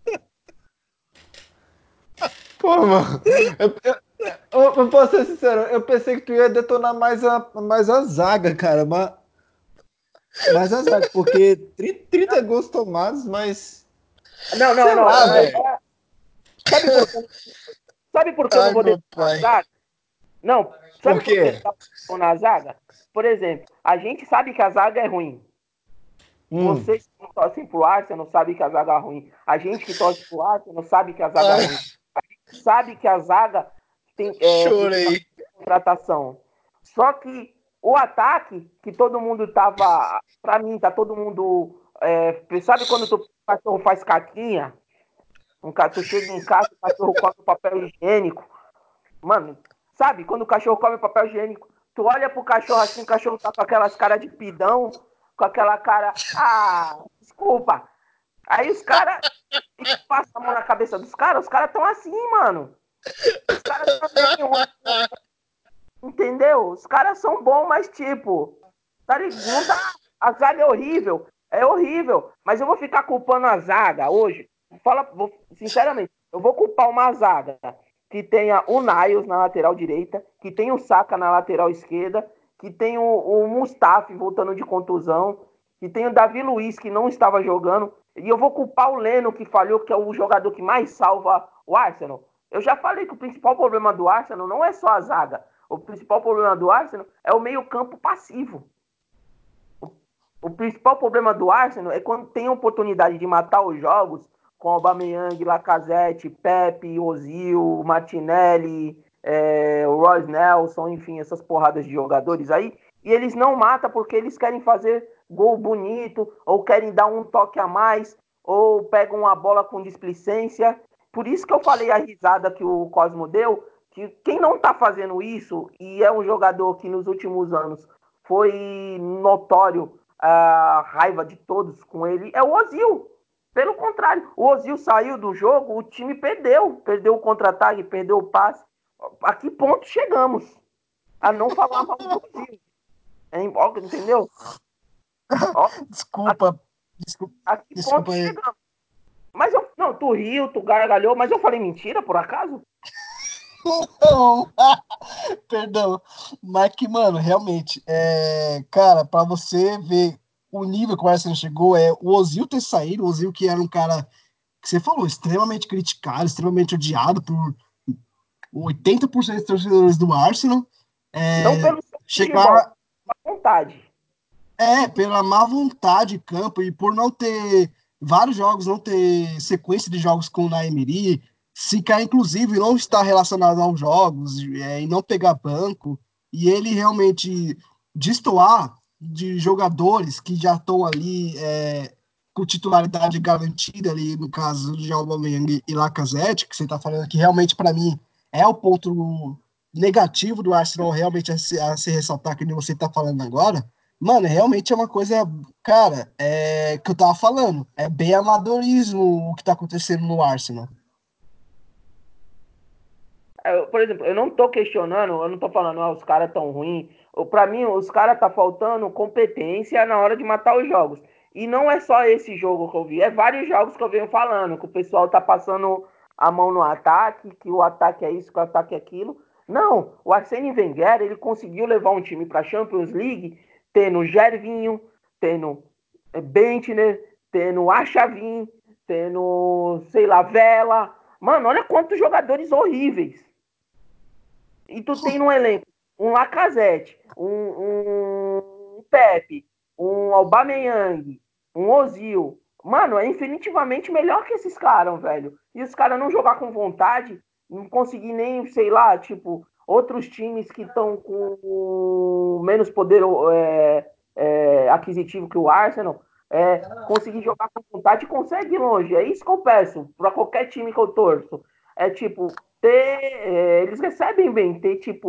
Pô, mano, eu posso ser sincero, eu pensei que tu ia detonar mais a zaga, cara, mais a zaga, porque 30 gols tomados, mas Não, não, sei não. lá, velho. Sabe por, sabe por que eu não Ai, vou meu detonar a pai. zaga? Não, Por sabe por que eu quê? não vou detonar a zaga? Por exemplo, a gente sabe que a zaga é ruim. Hum, Vocês que não torcem pro Arsenal sabem que a zaga é ruim. A gente que torce pro Arsenal sabe que a zaga é Ai, ruim. Sabe que a zaga precisa chorei. de contratação. Só que o ataque, que todo mundo tava. Pra mim, tá todo mundo. Sabe quando o cachorro faz caquinha? Tu chega em casa, o cachorro come o papel higiênico. Mano, sabe? Quando o cachorro come papel higiênico, tu olha pro cachorro assim, o cachorro tá com aquelas caras de pidão, com aquela cara. Ah, desculpa. Aí os caras passam a mão na cabeça dos caras, os caras estão assim, mano. Os caras também, entendeu? Os caras são bons, mas tipo, não dá. A zaga é horrível, é horrível. Mas eu vou ficar culpando a zaga hoje. Sinceramente, eu vou culpar uma zaga que tenha o Niles na lateral direita, que tenha o Saka na lateral esquerda, que tenha o Mustafi voltando de contusão, que tenha o Davi Luiz que não estava jogando. E eu vou culpar o Leno que falhou, que é o jogador que mais salva o Arsenal. Eu já falei que o principal problema do Arsenal não é só a zaga. O principal problema do Arsenal é o meio-campo passivo. O principal problema do Arsenal é quando tem a oportunidade de matar os jogos com Aubameyang, Lacazette, Pepe, Ozil, Martinelli, o Royce Nelson, enfim, essas porradas de jogadores aí, e eles não matam porque eles querem fazer gol bonito, ou querem dar um toque a mais, ou pegam uma bola com displicência. Por isso que eu falei a risada que o Cosmo deu, que quem não está fazendo isso, e é um jogador que nos últimos anos foi notório a raiva de todos com ele, é o Ozil. Pelo contrário, o Ozil saiu do jogo, o time perdeu. Perdeu o contra-ataque, perdeu o passe. A que ponto chegamos? A não falar mal do Ozil. Entendeu? Ó, a, Desculpa. Desculpa, a que ponto desculpa aí. chegamos? Mas eu. Não, tu riu, tu gargalhou, mas eu falei mentira, por acaso? Não. Perdão. Mas que, mano, realmente, cara, pra você ver o nível que o Arsenal chegou, o Ozil ter saído, o Ozil que era um cara que você falou, extremamente criticado, extremamente odiado por 80% dos torcedores do Arsenal, Não é, pelo seu futebol, chegar pela vontade. pela má vontade de campo e por não ter vários jogos, não ter sequência de jogos com o Naemiri, se cair inclusive não estar relacionado aos jogos e não pegar banco, e ele realmente destoar de jogadores que já estão ali com titularidade garantida ali, no caso de Aubameyang e Lacazette, que você está falando que realmente para mim é o ponto negativo do Arsenal realmente a se ressaltar que nem você está falando agora. Mano, realmente é uma coisa, cara, que eu tava falando. É bem amadorismo o que tá acontecendo no Arsenal. Por exemplo, eu não tô questionando, eu não tô falando, os caras tão ruins. Pra mim, os caras tá faltando competência na hora de matar os jogos. E não é só esse jogo que eu vi, é vários jogos que eu venho falando, que o pessoal tá passando a mão no ataque, que o ataque é isso, que o ataque é aquilo. Não, o Arsene Wenger, ele conseguiu levar um time pra Champions League tendo Gervinho, tendo Bentner, tendo Arshavin, tendo, sei lá, Vela. Mano, olha quantos jogadores horríveis. E tu tem no elenco um Lacazette, um Pepe, um Aubameyang, um Ozil. Mano, é infinitivamente melhor que esses caras, velho. E os caras não jogar com vontade, não conseguir nem, sei lá, tipo, outros times que estão com menos poder aquisitivo que o Arsenal, conseguir jogar com vontade, consegue ir longe. É isso que eu peço para qualquer time que eu torço. É tipo, eles recebem bem,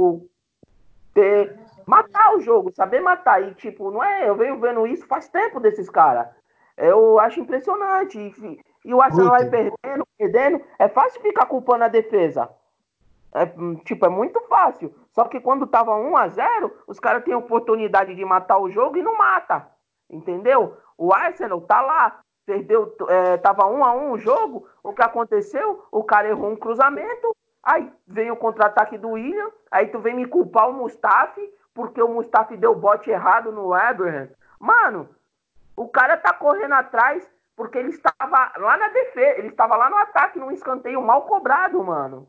matar o jogo, saber matar. E, tipo, não é. Eu venho vendo isso faz tempo desses caras. Eu acho impressionante. E o Arsenal vai Muito. perdendo, perdendo. É fácil ficar culpando a defesa. É muito fácil. Só que quando tava 1-0, os caras têm a oportunidade de matar o jogo e não mata. Entendeu? O Arsenal tá lá. Perdeu, tava 1-1 o jogo. O que aconteceu? O cara errou um cruzamento. Aí veio o contra-ataque do William. Aí tu vem me culpar o Mustafi, porque o Mustafi deu bote errado no Abraham. Mano, o cara tá correndo atrás porque ele estava lá na defesa. Ele estava lá no ataque, num escanteio mal cobrado, mano.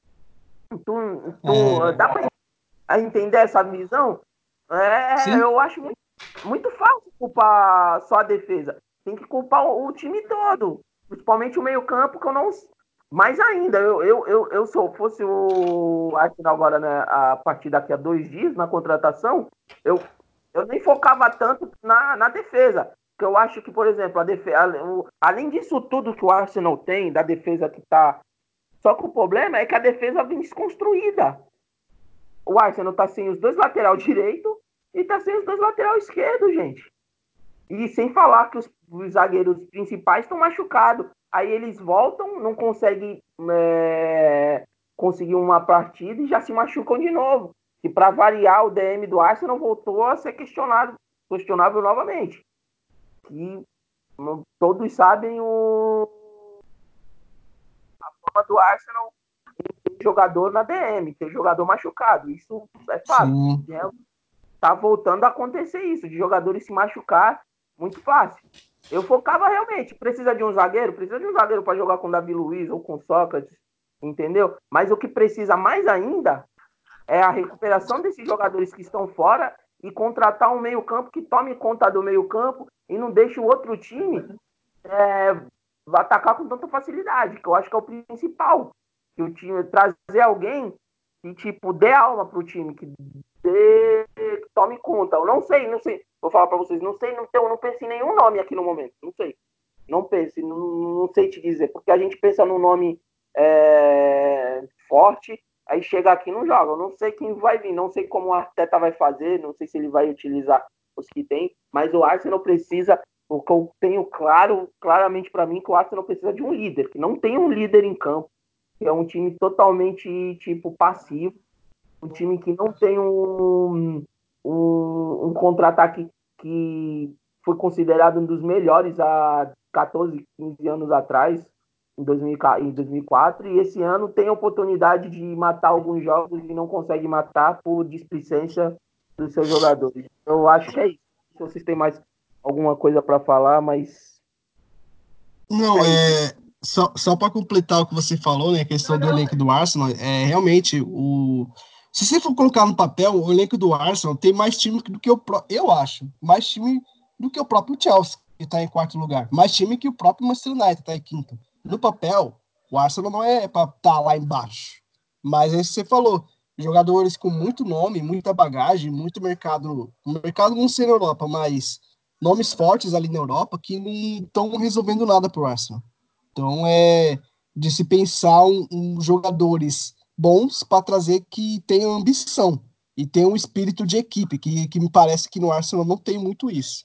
Dá pra entender essa visão? Sim, Eu acho muito fácil culpar só a defesa. Tem que culpar o time todo. Principalmente o meio-campo, que eu não. Mais ainda, se eu fosse o Arsenal agora, né, a partir daqui a 2 dias, na contratação, eu, eu nem focava tanto na defesa. Porque eu acho que, por exemplo, além disso tudo que o Arsenal tem, da defesa que tá. Só que o problema é que a defesa vem desconstruída. O Arsenal tá sem os dois lateral direito e tá sem os dois lateral esquerdo, gente. E sem falar que os zagueiros principais estão machucados. Aí eles voltam, não conseguem conseguir uma partida e já se machucam de novo. E para variar, o DM do Arsenal voltou a ser questionável novamente. E todos sabem a forma do Arsenal ter jogador na DM, ter jogador machucado. Isso é fato. sim. Tá voltando a acontecer isso, de jogadores se machucar muito fácil. Eu focava realmente, precisa de um zagueiro para jogar com o Davi Luiz ou com o Sócrates, entendeu? Mas o que precisa mais ainda é a recuperação desses jogadores que estão fora e contratar um meio-campo que tome conta do meio-campo e não deixe o outro time atacar com tanta facilidade, que eu acho que é o principal. Que o time trazer alguém que tipo dê alma pro time, que tome conta. Eu não sei. Vou falar para vocês, não sei, não penso em nenhum nome aqui no momento. Não sei. Não pense, não sei te dizer, porque a gente pensa num nome forte, aí chega aqui e não joga. Eu não sei quem vai vir, não sei como o Arteta vai fazer, não sei se ele vai utilizar os que tem, mas o Arsenal precisa, o que eu tenho claramente para mim, que o Arsenal precisa de um líder, que não tem um líder em campo, que é um time totalmente tipo passivo, um time que não tem um contra-ataque que foi considerado um dos melhores há 14, 15 anos atrás, em 2004, e esse ano tem a oportunidade de matar alguns jogos e não consegue matar por displicência dos seus jogadores. Eu acho que é isso. Se vocês têm mais alguma coisa para falar, mas Não, é isso. só para completar o que você falou, né, a questão do elenco do Arsenal, realmente se você for colocar no papel, o elenco do Arsenal tem mais time do que eu acho, mais time do que o próprio Chelsea, que está em quarto lugar, mais time que o próprio Manchester United, está em quinto. No papel, o Arsenal não é para estar lá embaixo, mas aí você falou, jogadores com muito nome, muita bagagem, muito mercado, o mercado não sei na Europa, mas nomes fortes ali na Europa que não estão resolvendo nada pro Arsenal. Então é de se pensar jogadores bons para trazer que tenham ambição e tenham um espírito de equipe, que me parece que no Arsenal não tem muito isso.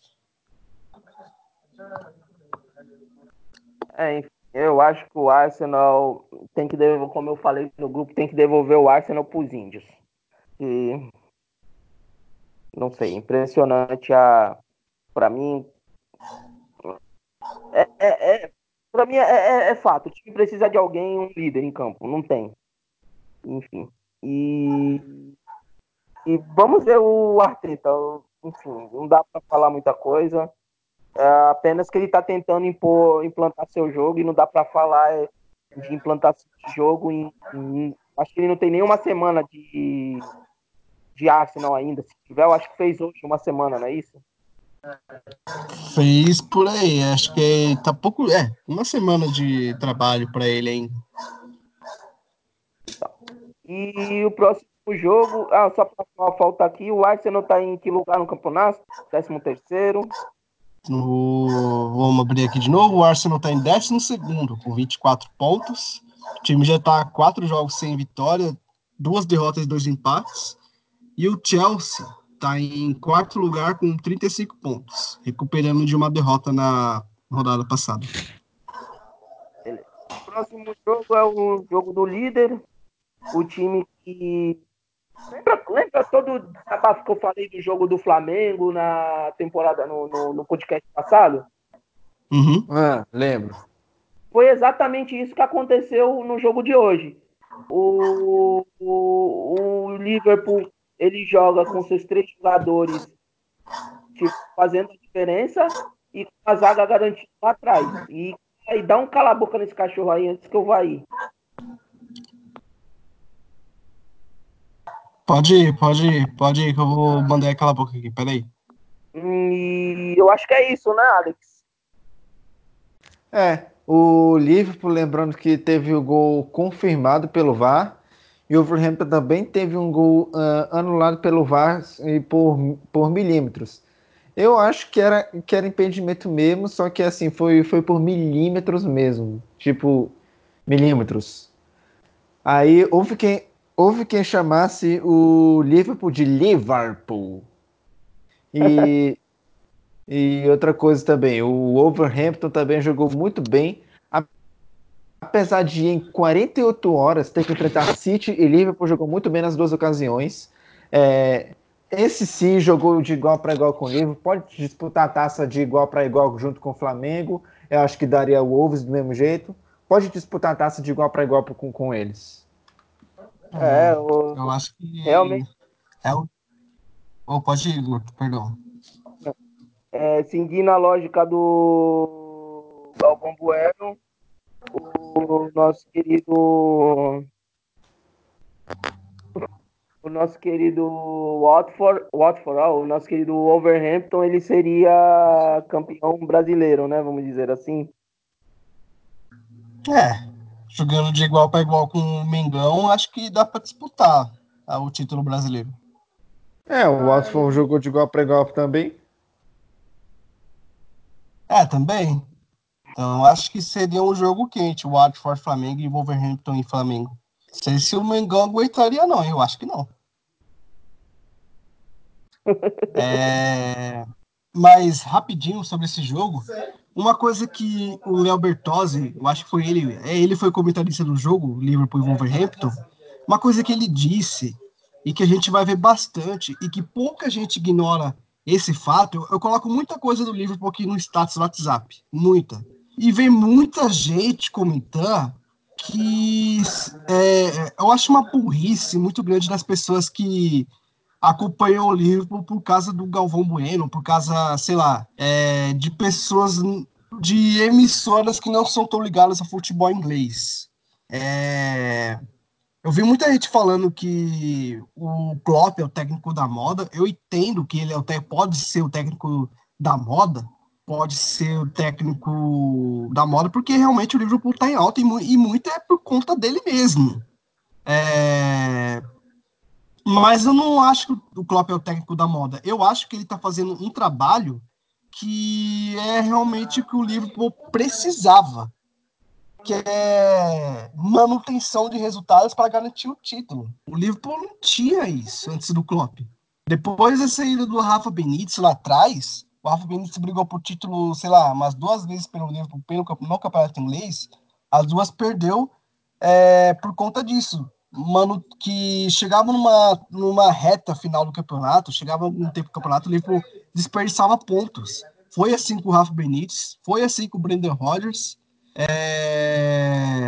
Enfim, eu acho que o Arsenal tem que devolver, como eu falei no grupo, tem que devolver o Arsenal para os índios. E não sei, impressionante para mim. Para mim é fato. O time precisa de alguém, um líder em campo. Não tem. Enfim. E vamos ver o Arteta. enfim, não dá para falar muita coisa. Apenas que ele está tentando implantar seu jogo e não dá para falar de implantação de jogo acho que ele não tem nenhuma semana de Arsenal ainda. Se tiver, eu acho que fez hoje uma semana, não é isso? Fez por aí, acho que tá pouco. Uma semana de trabalho para ele ainda. E o próximo jogo, só para uma falta aqui, o Arsenal está em que lugar no campeonato? 13º. Vamos abrir aqui de novo. O Arsenal está em 12º, com 24 pontos. O time já está 4 jogos sem vitória, 2 derrotas e 2 empates. E o Chelsea está em quarto lugar com 35 pontos, recuperando de uma derrota na rodada passada. Beleza. O próximo jogo é o jogo do líder, o time que. Lembra todo o desabafo que eu falei do jogo do Flamengo na temporada, no podcast passado? Uhum. Lembro. Foi exatamente isso que aconteceu no jogo de hoje. O Liverpool ele joga com seus 3 jogadores tipo, fazendo a diferença e com a zaga garantida lá atrás. E aí dá um cala-boca nesse cachorro aí antes que eu vá ir. Pode ir que eu vou mandar aquela boca aqui, peraí. E eu acho que é isso, né, Alex? O Liverpool, lembrando que teve o gol confirmado pelo VAR, e o Wolverhampton também teve um gol anulado pelo VAR e por milímetros. Eu acho que era impedimento mesmo, só que assim, foi por milímetros mesmo, tipo, milímetros. Aí houve quem chamasse o Liverpool de Liverpool. E, e outra coisa também, o Wolverhampton também jogou muito bem, apesar de em 48 horas ter que enfrentar City e Liverpool, jogou muito bem nas duas ocasiões. Esse sim jogou de igual para igual com o Liverpool, pode disputar a taça de igual para igual junto com o Flamengo. Eu acho que daria o Wolves do mesmo jeito. Pode disputar a taça de igual para igual com eles. Eu acho que Realmente, é o. Pode ir, Guto, perdão. seguindo a lógica do Galvão Bueno, o nosso querido o nosso querido Wolverhampton, ele seria campeão brasileiro, né? Vamos dizer assim. Jogando de igual para igual com o Mengão, acho que dá para disputar o título brasileiro. O Watford jogou de igual para igual também. Também. Então, acho que seria um jogo quente, Watford, Flamengo e Wolverhampton e Flamengo. Não sei se o Mengão aguentaria, não. Eu acho que não. Mas, rapidinho sobre esse jogo, uma coisa que o Léo Bertozzi, eu acho que foi ele foi o comentarista do jogo, Liverpool e Wolverhampton, uma coisa que ele disse, e que a gente vai ver bastante, e que pouca gente ignora esse fato, eu coloco muita coisa do Liverpool aqui no status do WhatsApp, muita. E vem muita gente comentar que eu acho uma burrice muito grande das pessoas que acompanhou o Liverpool por causa do Galvão Bueno, por causa, sei lá, de pessoas, de emissoras que não são tão ligadas a futebol inglês. Eu vi muita gente falando que o Klopp é o técnico da moda. Eu entendo que ele pode ser o técnico da moda, pode ser o técnico da moda, porque realmente o Liverpool está em alta e muito é por conta dele mesmo. Mas eu não acho que o Klopp é o técnico da moda. Eu acho que ele está fazendo um trabalho que é realmente o que o Liverpool precisava, que é manutenção de resultados para garantir o título. O Liverpool não tinha isso antes do Klopp. Depois da saída do Rafa Benítez lá atrás, o Rafa Benítez brigou por título, sei lá, umas 2 vezes pelo Liverpool no campeonato inglês, as duas perdeu por conta disso. Mano, que chegava numa reta final do campeonato, chegava um tempo do campeonato, o Liverpool desperdiçava pontos. Foi assim com o Rafa Benítez, foi assim com o Brendan Rodgers,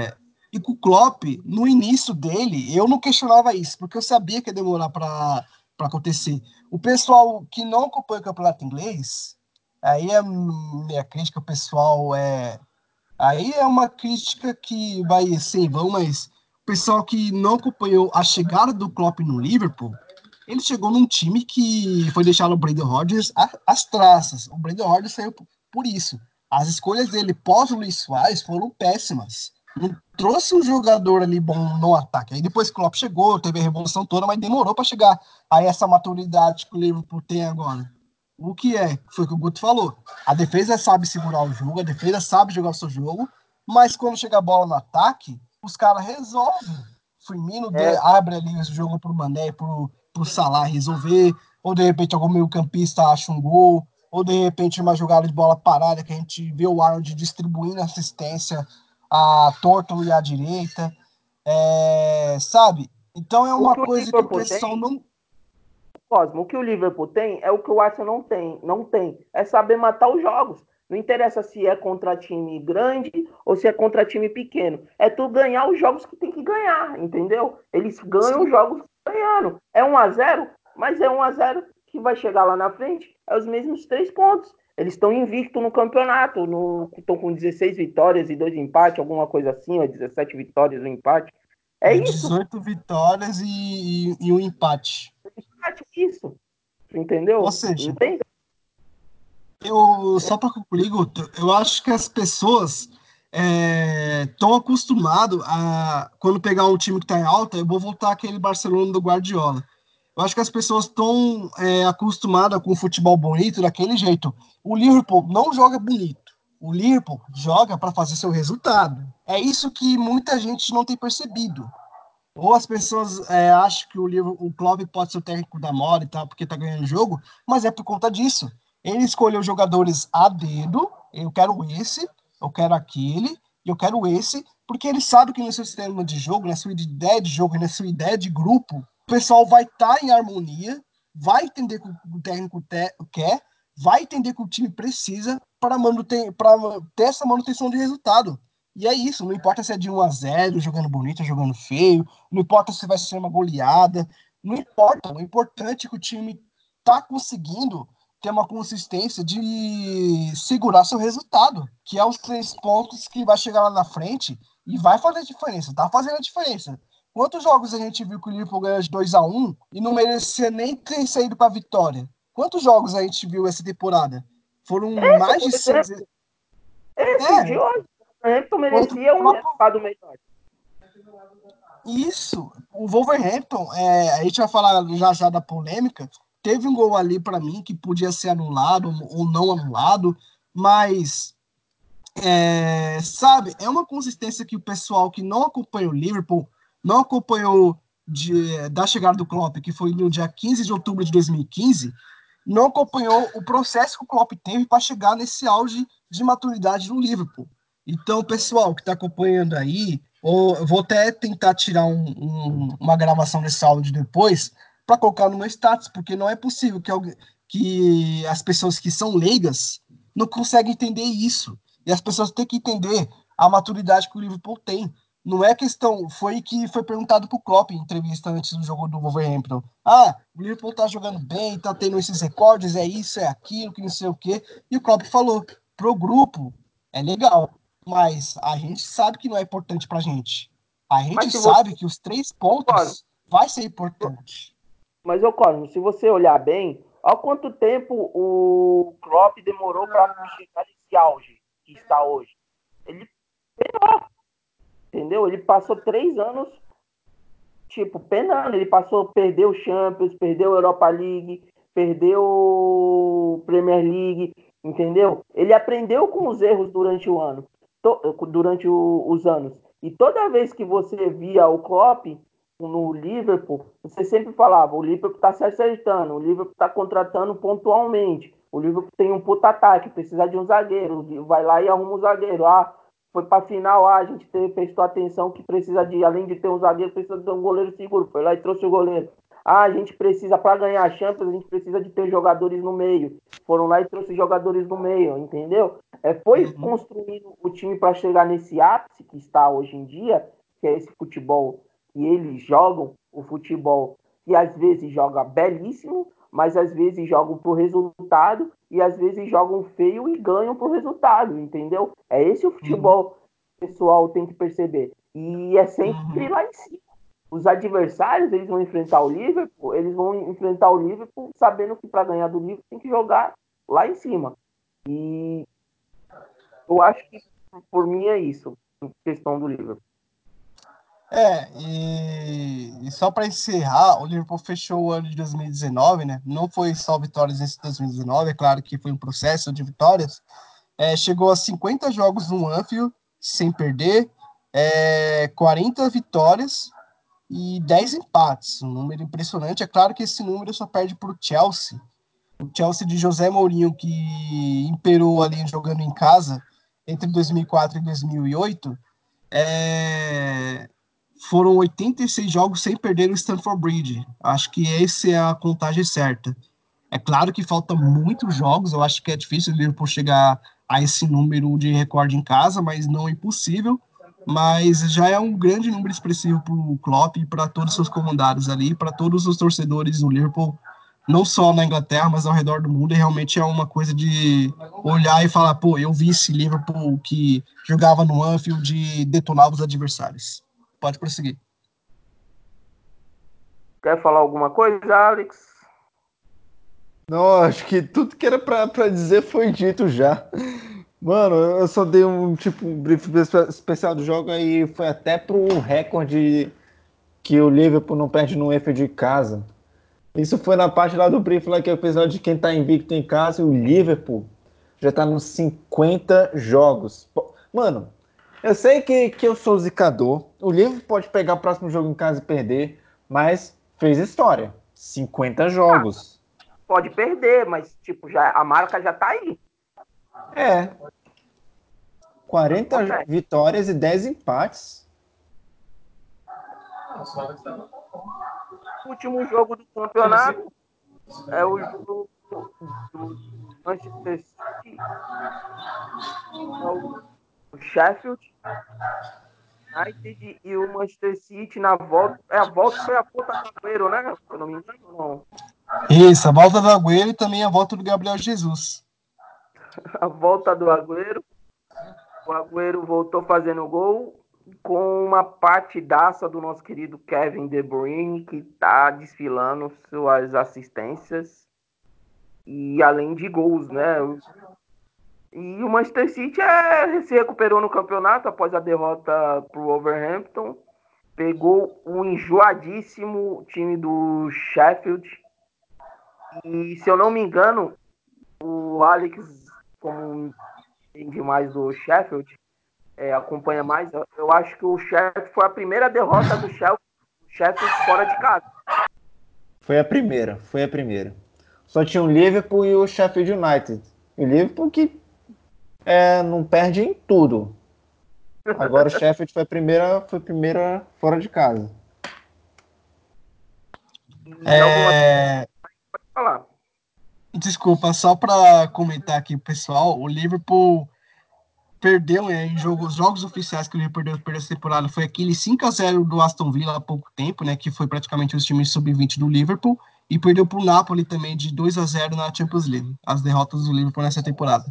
e com o Klopp, no início dele, eu não questionava isso, porque eu sabia que ia demorar para para acontecer. O pessoal que não acompanha o campeonato inglês, aí é minha crítica, o pessoal aí é uma crítica que vai ser em vão, mas o pessoal que não acompanhou a chegada do Klopp no Liverpool, ele chegou num time que foi deixar o Brendan Rodgers às traças. O Brendan Rodgers saiu por isso. As escolhas dele pós o Luis Suárez foram péssimas. Não trouxe um jogador ali bom no ataque. Aí depois que o Klopp chegou, teve a revolução toda, mas demorou para chegar a essa maturidade que o Liverpool tem agora. O que foi o que o Guto falou. A defesa sabe segurar o jogo, a defesa sabe jogar o seu jogo, mas quando chega a bola no ataque, os caras resolvem. Firmino É, abre ali o jogo pro Mané, pro Salah resolver, ou de repente algum meio campista acha um gol, ou de repente uma jogada de bola parada que a gente vê o Arnold distribuindo assistência a torto e à direita, sabe? Então é o uma que o coisa que o Liverpool pessoal tem, não... Cosmo, o que o Liverpool tem é o que o Arsenal não tem. Não tem. É saber matar os jogos. Não interessa se é contra time grande ou se é contra time pequeno. É tu ganhar os jogos que tem que ganhar, entendeu? Eles ganham os Sim, jogos ganhando. É 1-0, mas é 1-0 que vai chegar lá na frente. É os mesmos 3 pontos. Eles estão invictos no campeonato. Estão com 16 vitórias e 2 empates, alguma coisa assim, ou 17 vitórias e um empate. É isso. 18 vitórias e um empate. Isso. Ou Entendeu? Não seja, tem. só para concluir, Guto, eu acho que as pessoas estão acostumadas a, quando pegar um time que está em alta, eu vou voltar àquele Barcelona do Guardiola. Eu acho que as pessoas estão acostumadas com o futebol bonito daquele jeito. O Liverpool não joga bonito. O Liverpool joga para fazer seu resultado. É isso que muita gente não tem percebido. Ou as pessoas acham que o Klopp pode ser o técnico da moda e tal, porque tá ganhando o jogo, mas é por conta disso. Ele escolheu jogadores a dedo, eu quero esse, eu quero aquele, e eu quero esse, porque ele sabe que no seu sistema de jogo, na sua ideia de jogo, na sua ideia de grupo, o pessoal vai estar em harmonia, vai entender o que o técnico quer, vai entender o que o time precisa para ter essa manutenção de resultado. E é isso, não importa se é de 1-0, jogando bonito, jogando feio, não importa se vai ser uma goleada, não importa. O importante é que o time tá conseguindo ter uma consistência de segurar seu resultado, que é os 3 pontos que vai chegar lá na frente e vai fazer a diferença, tá fazendo a diferença. Quantos jogos a gente viu que o Liverpool ganhou de 2-1 e não merecia nem ter saído para a vitória? Quantos jogos a gente viu essa temporada? Foram Esse, mais por de 6. exemplo, esse de É, hoje, o Hampton contra o merecia um próprio... resultado melhor. Isso, o Wolverhampton, a gente vai falar já já da polêmica, teve um gol ali para mim que podia ser anulado ou não anulado, mas, sabe, é uma consistência que o pessoal que não acompanha o Liverpool, não acompanhou da chegada do Klopp, que foi no dia 15 de outubro de 2015, não acompanhou o processo que o Klopp teve para chegar nesse auge de maturidade no Liverpool. Então, pessoal que está acompanhando aí, eu vou até tentar tirar uma gravação desse áudio depois para colocar no meu status, porque não é possível que as pessoas que são leigas não conseguem entender isso. E as pessoas têm que entender a maturidade que o Liverpool tem. Não é questão, foi que foi perguntado pro Klopp em entrevista antes do jogo do Wolverhampton. Ah, o Liverpool tá jogando bem, tá tendo esses recordes, é isso, é aquilo, que não sei o quê. E o Klopp falou, pro grupo é legal, mas a gente sabe que não é importante pra gente. A gente Mas se você. sabe que os 3 pontos Cosmo, vai ser importante. mas, Cosmo, se você olhar bem, há quanto tempo o Klopp demorou para chegar nesse auge que está hoje? Ele, entendeu? Ele passou 3 anos, tipo, penando. Ele passou, perdeu o Champions, perdeu a Europa League, perdeu o Premier League, entendeu? Ele aprendeu com os erros durante o ano, durante os anos. E toda vez que você via o Klopp no Liverpool, você sempre falava: o Liverpool está se acertando, o Liverpool está contratando pontualmente, o Liverpool tem um puta ataque, precisa de um zagueiro, vai lá e arruma um zagueiro. Ah, foi para a final, a gente prestou atenção que precisa de, além de ter um zagueiro, precisa de um goleiro seguro. Foi lá e trouxe o goleiro. Ah, a gente precisa, para ganhar a Champions, a gente precisa de ter jogadores no meio. Foram lá e trouxe jogadores no meio, entendeu? Foi Uhum. construindo o time para chegar nesse ápice que está hoje em dia, que é esse futebol que eles jogam, o futebol que às vezes joga belíssimo, mas às vezes jogam por resultado e às vezes jogam feio e ganham por resultado, entendeu? É esse o Uhum. futebol que o pessoal tem que perceber. E é sempre Uhum. lá em cima. Os adversários, eles vão enfrentar o Liverpool, sabendo que para ganhar do Liverpool tem que jogar lá em cima. E eu acho que por mim é isso, em questão do Liverpool. E só para encerrar, o Liverpool fechou o ano de 2019, né? Não foi só vitórias nesse 2019, é claro que foi um processo de vitórias. Chegou a 50 jogos no Anfield, sem perder, 40 vitórias e 10 empates. Um número impressionante. É claro que esse número só perde para o Chelsea. O Chelsea de José Mourinho, que imperou ali jogando em casa entre 2004 e 2008, foram 86 jogos sem perder o Stamford Bridge. Acho que essa é a contagem certa. É claro que faltam muitos jogos, eu acho que é difícil o Liverpool chegar a esse número de recorde em casa, mas não é impossível. Mas já é um grande número expressivo para o Klopp e para todos os seus comandados ali, para todos os torcedores do Liverpool, não só na Inglaterra, mas ao redor do mundo. E realmente é uma coisa de olhar e falar: pô, eu vi esse Liverpool que jogava no Anfield e detonava os adversários. Pode prosseguir. Quer falar alguma coisa, Alex? Não, acho que tudo que era pra dizer foi dito já. Mano, eu só dei um tipo um brief especial do jogo e foi até pro recorde que o Liverpool não perde no Enfield de casa. Isso foi na parte lá do brief, lá que é o episódio de quem tá invicto em casa, e o Liverpool já tá nos 50 jogos. Pô, mano, eu sei que eu sou zicador. O Liverpool pode pegar o próximo jogo em casa e perder, mas fez história. 50 jogos. Pode perder, mas tipo, já, a marca já tá aí. É, 40 Acontece. vitórias e 10 empates. O último jogo do campeonato é o jogo do Manchester City, é o Sheffield United e o Manchester City na volta. Foi a volta do Agüero, né? Se eu não me engano, não. Isso, a volta do Agüero e também a volta do Gabriel Jesus. A volta do Agüero. O Agüero voltou fazendo gol com uma partidaça do nosso querido Kevin De Bruyne, que está desfilando suas assistências e além de gols, né? E o Manchester City se recuperou no campeonato após a derrota para o Wolverhampton. Pegou o enjoadíssimo time do Sheffield. E se eu não me engano, o Alex, como entende mais do Sheffield, acompanha mais, eu acho que o Sheffield foi a primeira derrota do Sheffield fora de casa. Foi a primeira, foi a primeira. Só tinha o Liverpool e o Sheffield United. O Liverpool que não perde em tudo. Agora o Sheffield foi a primeira fora de casa. E alguma coisa É, pra falar. Desculpa, só para comentar aqui, pessoal, o Liverpool perdeu em os jogos oficiais que o Liverpool perdeu essa temporada foi aquele 5-0 do Aston Villa há pouco tempo, né, que foi praticamente os times sub-20 do Liverpool, e perdeu para o Napoli também de 2-0 na Champions League, as derrotas do Liverpool nessa temporada.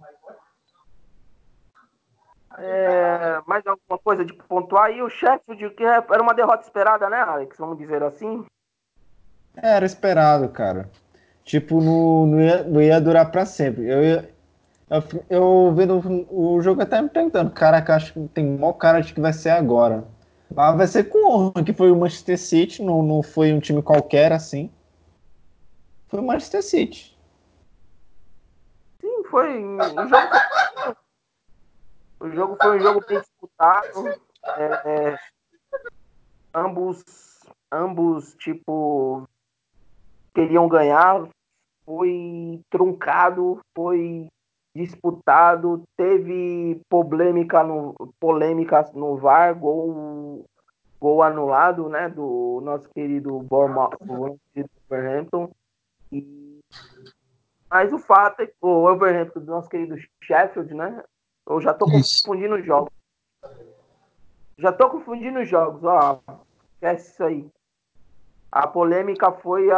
Mais alguma coisa de pontuar aí? O Sheffield, que era uma derrota esperada, né, Alex? Vamos dizer assim. Era esperado, cara. Tipo, não ia durar pra sempre. Eu vendo o jogo até me perguntando, caraca, acho que tem maior cara de que vai ser agora. Mas vai ser com honra, que foi o Manchester City, não foi um time qualquer assim. Foi o Manchester City. Sim, o jogo foi um jogo bem disputado. É, ambos, ambos, tipo, queriam ganhar. Foi truncado, foi disputado, teve polêmicas no VAR, gol anulado, né, do nosso querido Wolverhampton. Mas o fato é que o Wolverhampton do nosso querido Sheffield, né, eu já tô Isso. confundindo os jogos. Já tô confundindo os jogos, ó, esquece isso aí. A polêmica foi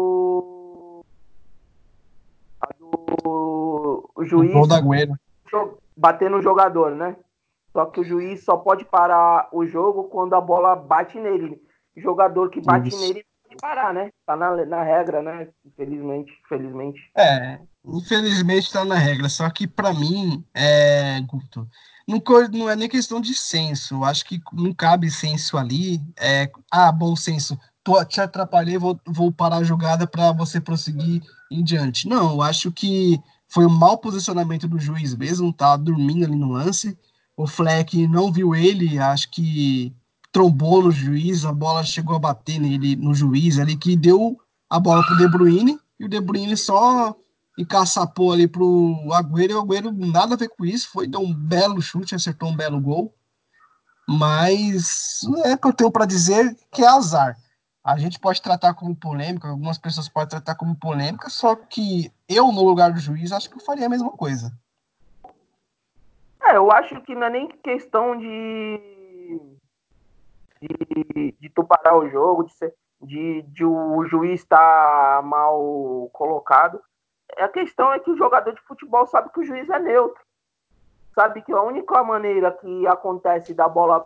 o O gol juiz da Agüero. bater no jogador, né? Só que o juiz só pode parar o jogo quando a bola bate nele. O jogador que bate Isso. nele pode parar, né? Tá na regra, né? Infelizmente. Infelizmente tá na regra, só que pra mim, Guto, não é nem questão de senso, eu acho que não cabe senso ali, bom senso, te atrapalhei, vou parar a jogada pra você prosseguir em diante. Não, eu acho que foi um mau posicionamento do juiz mesmo, tá dormindo ali no lance, o Fleck não viu ele, acho que trombou no juiz, a bola chegou a bater nele, no juiz ali, que deu a bola pro De Bruyne, e o De Bruyne só encaçapou ali pro Agüero, e o Agüero nada a ver com isso, deu um belo chute, acertou um belo gol, mas é que eu tenho para dizer que é azar. A gente pode tratar como polêmica, algumas pessoas podem tratar como polêmica, só que eu, no lugar do juiz, acho que eu faria a mesma coisa. Eu acho que não é nem questão de tu parar o jogo, de o juiz estar mal colocado. A questão é que o jogador de futebol sabe que o juiz é neutro. Sabe que a única maneira que acontece da bola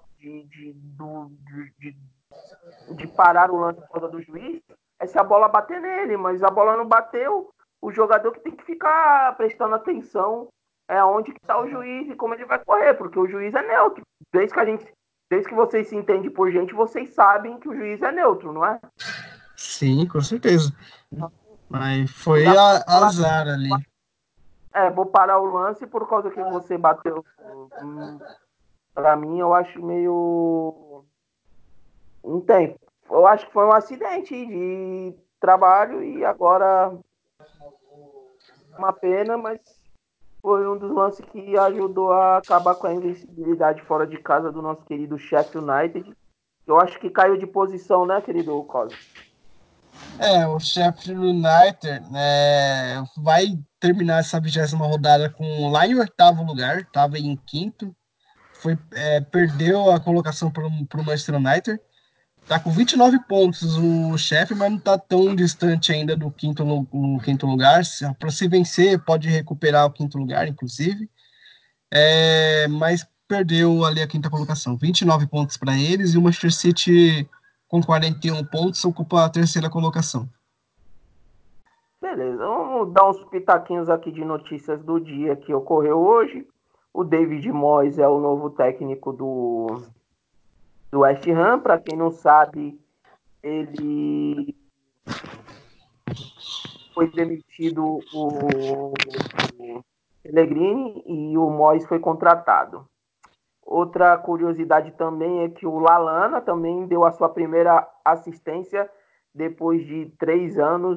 de parar o lance por causa do juiz é se a bola bater nele, mas a bola não bateu, o jogador que tem que ficar prestando atenção é onde que está o juiz e como ele vai correr, porque o juiz é neutro. Desde que vocês se entendem por gente, vocês sabem que o juiz é neutro, não é? Sim, com certeza. Mas Não foi dá pra falar, azar ali. vou parar o lance por causa que você bateu. Para mim, eu acho meio. Não tem. Eu acho que foi um acidente de trabalho e agora uma pena, mas foi um dos lances que ajudou a acabar com a invencibilidade fora de casa do nosso querido Sheffield United. Eu acho que caiu de posição, né, querido Cosme? O Sheffield United vai terminar essa 20ª rodada lá em oitavo lugar, estava em quinto, perdeu a colocação para o Manchester United. Tá com 29 pontos o chefe, mas não tá tão distante ainda do quinto lugar. Para se vencer, pode recuperar o quinto lugar, inclusive. Mas perdeu ali a quinta colocação. 29 pontos para eles e o Manchester City, com 41 pontos, ocupa a terceira colocação. Beleza, vamos dar uns pitaquinhos aqui de notícias do dia que ocorreu hoje. O David Moyes é o novo técnico do West Ham. Para quem não sabe, ele foi demitido o Pellegrini e o Moyes foi contratado. Outra curiosidade também é que o Lallana também deu a sua primeira assistência depois de 3 anos.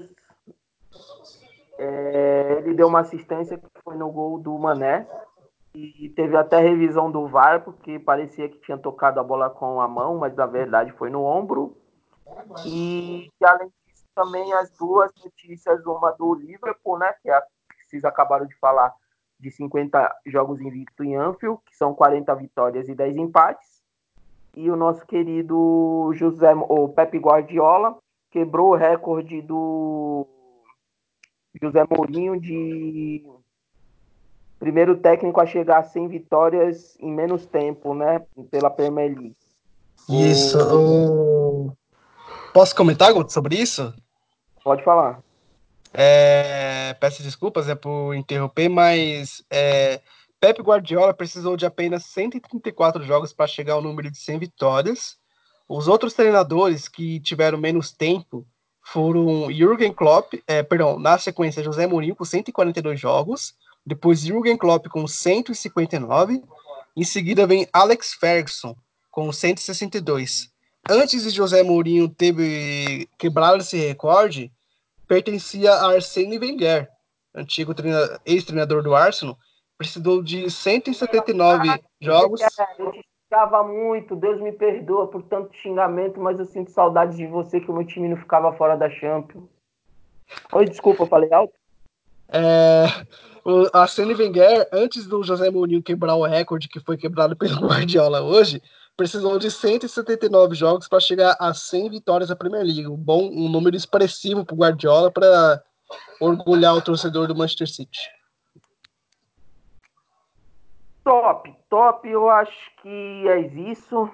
Ele deu uma assistência que foi no gol do Mané e teve até revisão do VAR, porque parecia que tinha tocado a bola com a mão, mas na verdade foi no ombro. E além disso, também as duas notícias, uma do Liverpool, né, que vocês acabaram de falar, de 50 jogos invicto em Anfield, que são 40 vitórias e 10 empates. E o nosso querido o Pep Guardiola quebrou o recorde do José Mourinho de primeiro técnico a chegar a 100 vitórias em menos tempo, né, pela Premier League. Isso. Posso comentar, Guto, sobre isso? Pode falar. Peço desculpas por interromper, mas Pep Guardiola precisou de apenas 134 jogos para chegar ao número de 100 vitórias. Os outros treinadores que tiveram menos tempo foram Jürgen Klopp, na sequência José Mourinho com 142 jogos, depois Jürgen Klopp com 159, em seguida vem Alex Ferguson com 162. Antes de José Mourinho teve quebrado esse recorde, pertencia a Arsène Wenger, antigo ex-treinador do Arsenal, precisou de 179 jogos. Eu te xingava muito, Deus me perdoa por tanto xingamento, mas eu sinto saudades de você que o meu time não ficava fora da Champions. Oi, desculpa, eu falei alto? A Arsène Wenger, antes do José Mourinho quebrar o recorde que foi quebrado pelo Guardiola hoje, precisou de 179 jogos para chegar a 100 vitórias da Premier League. Um número expressivo para o Guardiola para orgulhar o torcedor do Manchester City. Top, eu acho que é isso.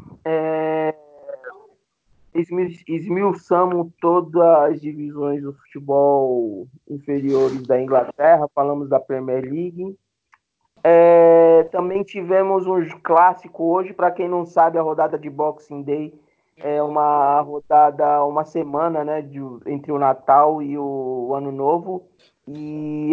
Esmiuçamos todas as divisões do futebol inferiores da Inglaterra, falamos da Premier League. Também tivemos um clássico hoje, para quem não sabe, a rodada de Boxing Day é uma rodada, uma semana, né, entre o Natal e o Ano Novo, e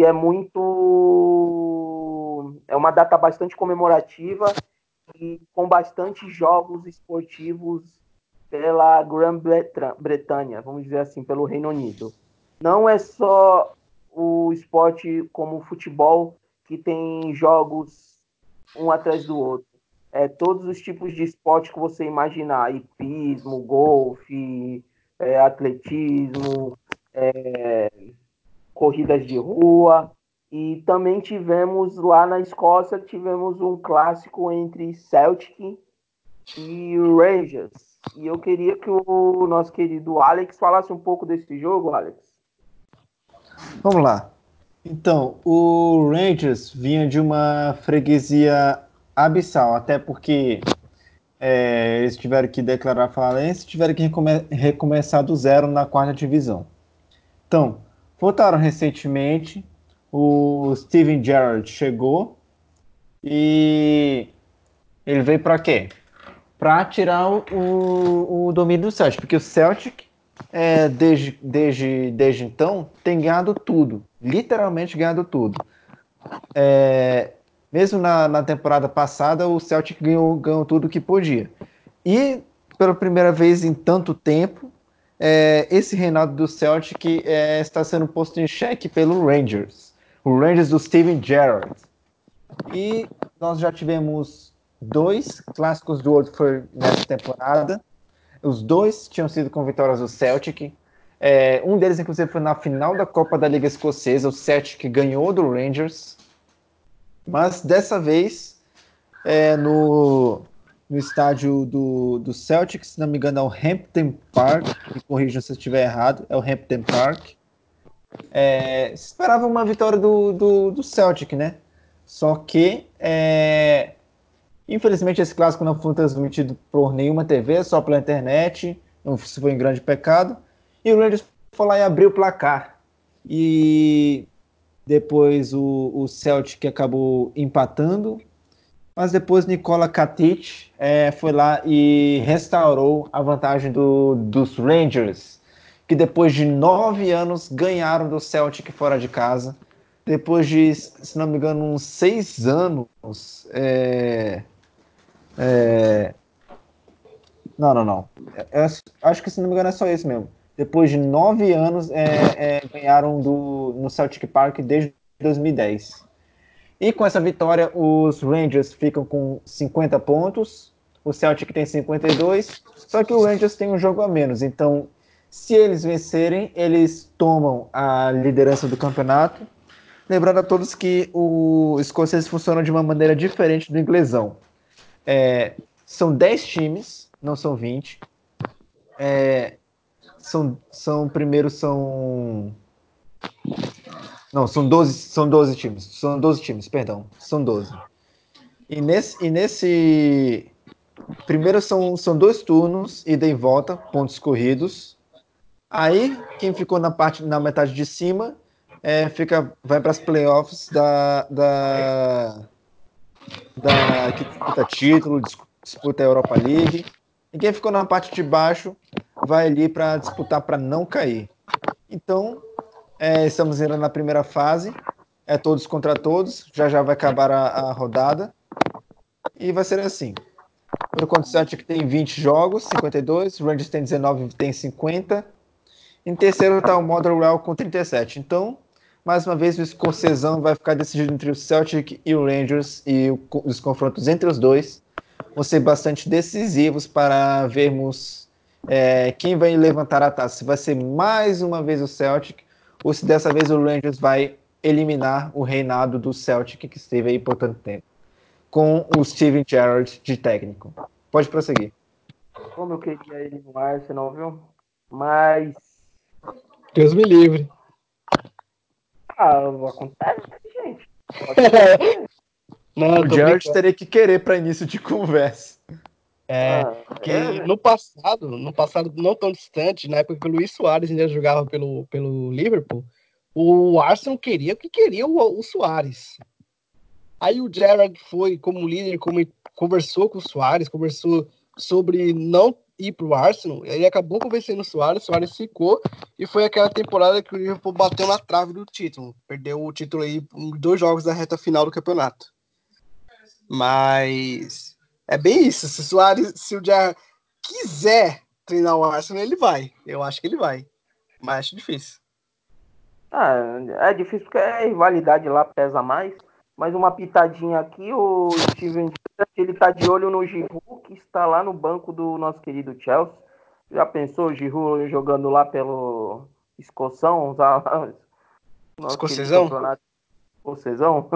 é uma data bastante comemorativa e com bastante jogos esportivos pela Grã-Bretanha, vamos dizer assim, pelo Reino Unido. Não é só o esporte como o futebol que tem jogos um atrás do outro. Todos os tipos de esporte que você imaginar, hipismo, golfe, atletismo, corridas de rua. E também tivemos lá na Escócia, tivemos um clássico entre Celtic e Rangers. E eu queria que o nosso querido Alex falasse um pouco desse jogo, Alex. Vamos lá. Então, o Rangers vinha de uma freguesia abissal, até porque eles tiveram que declarar falência e tiveram que recomeçar do zero na quarta divisão. Então, voltaram recentemente, o Steven Gerrard chegou e ele veio para quê? Para tirar o domínio do Celtic, porque o Celtic, desde então, tem ganhado tudo, literalmente ganhado tudo. Mesmo na temporada passada, o Celtic ganhou tudo que podia. E, pela primeira vez em tanto tempo, esse reinado do Celtic está sendo posto em xeque pelo Rangers. O Rangers do Steven Gerrard. E nós já tivemos 2 clássicos do Old Firm nessa temporada. Os 2 tinham sido com vitórias do Celtic. Um deles, inclusive, foi na final da Copa da Liga Escocesa. O Celtic ganhou do Rangers. Mas dessa vez, no estádio do Celtic, se não me engano, é o Hampden Park. Me corrijam se eu estiver errado. É o Hampden Park. Se esperava uma vitória do Celtic, né? Só que, infelizmente, esse clássico não foi transmitido por nenhuma TV, só pela internet. Isso foi um grande pecado. E o Rangers foi lá e abriu o placar. E depois o Celtic acabou empatando. Mas depois Nikola Katic foi lá e restaurou a vantagem dos Rangers, que depois de 9 anos ganharam do Celtic fora de casa. Depois de, se não me engano, uns 6 anos. Não. Acho que, se não me engano, é só isso mesmo. Depois de 9 anos, ganharam no Celtic Park desde 2010. E com essa vitória, os Rangers ficam com 50 pontos, o Celtic tem 52, só que o Rangers tem um jogo a menos. Então, se eles vencerem, eles tomam a liderança do campeonato. Lembrando a todos que o escocês funciona de uma maneira diferente do inglesão. São 10 times, não são 20. Primeiro são... Não, são 12 times. São 12 times, perdão. São 12. E nesse primeiro são 2 turnos, ida e volta, pontos corridos. Aí, quem ficou na metade de cima vai para as playoffs que disputa título, disputa a Europa League. E quem ficou na parte de baixo vai ali para disputar para não cair. Então, estamos entrando na primeira fase. É todos contra todos. Já vai acabar a rodada. E vai ser assim. Por enquanto, o Celtic tem 20 jogos, 52. O Rangers tem 19, tem 50. Em terceiro está o Motherwell com 37. Então, mais uma vez, o escocesão vai ficar decidido entre o Celtic e o Rangers. E os confrontos entre os dois vão ser bastante decisivos para vermos quem vai levantar a taça. Se vai ser mais uma vez o Celtic ou se dessa vez o Rangers vai eliminar o reinado do Celtic que esteve aí por tanto tempo, com o Steven Gerrard de técnico. Pode prosseguir. Como eu queria ele no Arsenal, viu? Mas. Deus me livre. Acontece, gente. Pode acontecer. Não, O tô George brincando. teria que querer para início de conversa. Porque no passado não tão distante, na época que o Luís Soares ainda jogava pelo Liverpool, o Arsenal queria o Soares. Aí o Gerrard foi como líder, conversou com o Soares, conversou sobre não ir para o Arsenal, ele acabou convencendo o Soares ficou, e foi aquela temporada que o Liverpool bateu na trave do título, perdeu o título aí em 2 jogos da reta final do campeonato. Mas é bem isso, se o Gerrard quiser treinar o Arsenal, ele vai, eu acho que ele vai, mas acho difícil. É difícil porque a rivalidade lá pesa mais. Mas uma pitadinha aqui, o Steven Gerrard, ele tá de olho no Giroud, que está lá no banco do nosso querido Chelsea. Já pensou o Giroud jogando lá pelo Escoção, nosso querido Escocesão? campeonato escocesão?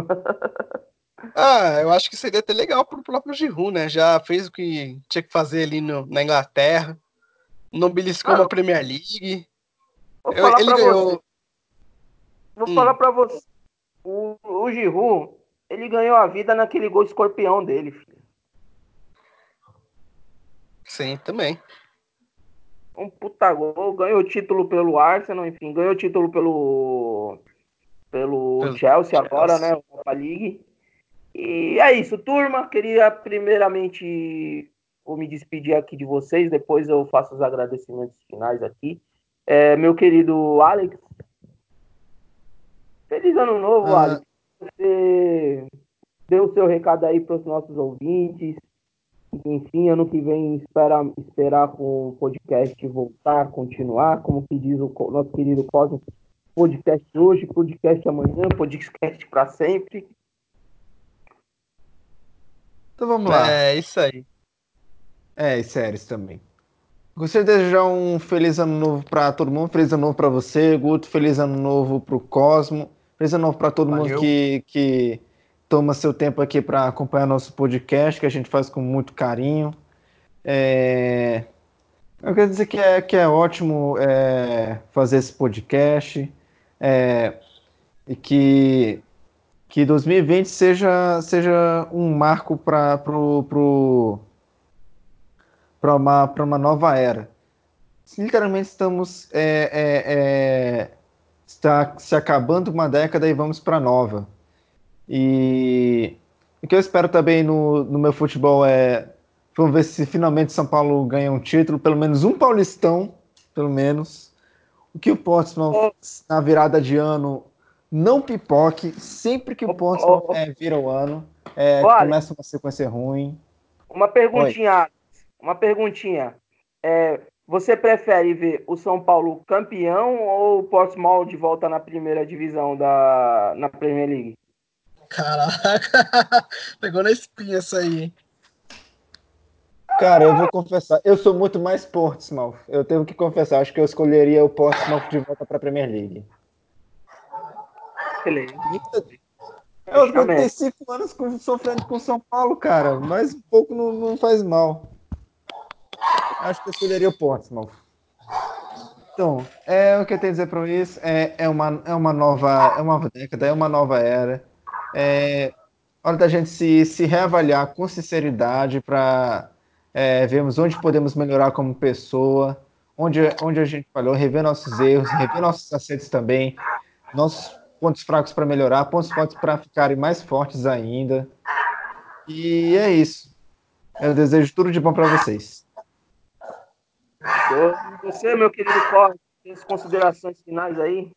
Eu acho que seria até legal pro próprio Giroud, né? Já fez o que tinha que fazer ali na Inglaterra, não beliscou uma Mano, Premier League. vou falar Ele pra você. ganhou. Vou falar pra você. O Giroud, ele ganhou a vida naquele gol escorpião dele, filho. Sim, também. Um puta gol, ganhou título pelo Arsenal, enfim, ganhou título pelo Pelo Chelsea agora, Chelsea. né? Europa League. E é isso, turma. Queria primeiramente vou me despedir aqui de vocês, depois eu faço os agradecimentos finais aqui. Meu querido Alex, feliz ano novo, Ah, Alex. Você deu o seu recado aí para os nossos ouvintes. Enfim, ano que vem esperar com o podcast voltar, continuar, como que diz o nosso querido Cosmo, podcast hoje, podcast amanhã, podcast para sempre. então vamos lá. É isso aí. E séries também. Gostaria de desejar um feliz ano novo para todo mundo, feliz ano novo para você, Guto, feliz ano novo para o Cosmo, feliz ano novo para todo mundo Valeu. que toma seu tempo aqui para acompanhar nosso podcast, que a gente faz com muito carinho. É, Eu quero dizer que é ótimo fazer esse podcast é, e que 2020 seja um marco para uma nova era. Literalmente está se acabando uma década e vamos para nova. E o que eu espero também no meu futebol vamos ver se finalmente São Paulo ganha um título, pelo menos um paulistão, pelo menos. O que o Portsmouth Ô, na virada de ano não pipoque, sempre que o ô, Portsmouth ô, vira o ano, Alex, começa uma sequência ruim. uma Oi. perguntinha, Alex, uma perguntinha. Você prefere ver o São Paulo campeão ou o Portsmouth de volta na primeira divisão na Premier League? Caraca, pegou na espinha isso aí, hein? Cara, eu vou confessar, eu sou muito mais Portsmouth. Eu tenho que confessar, acho que eu escolheria o Portsmouth de volta para a Premier League. Excelente. Eu aguentei Fechamento. 5 anos sofrendo com São Paulo, cara, mas um pouco não faz mal. Acho que eu escolheria o Portsmouth. Então, o que eu tenho a dizer para isso é uma nova década, é uma nova era. É hora da gente se reavaliar com sinceridade para vermos onde podemos melhorar como pessoa, onde a gente falhou, rever nossos erros, rever nossos acertos também, nossos pontos fracos para melhorar, pontos fortes para ficarem mais fortes ainda. E é isso. Eu desejo tudo de bom para vocês. Show. Você, meu querido Corre, tem as considerações finais aí?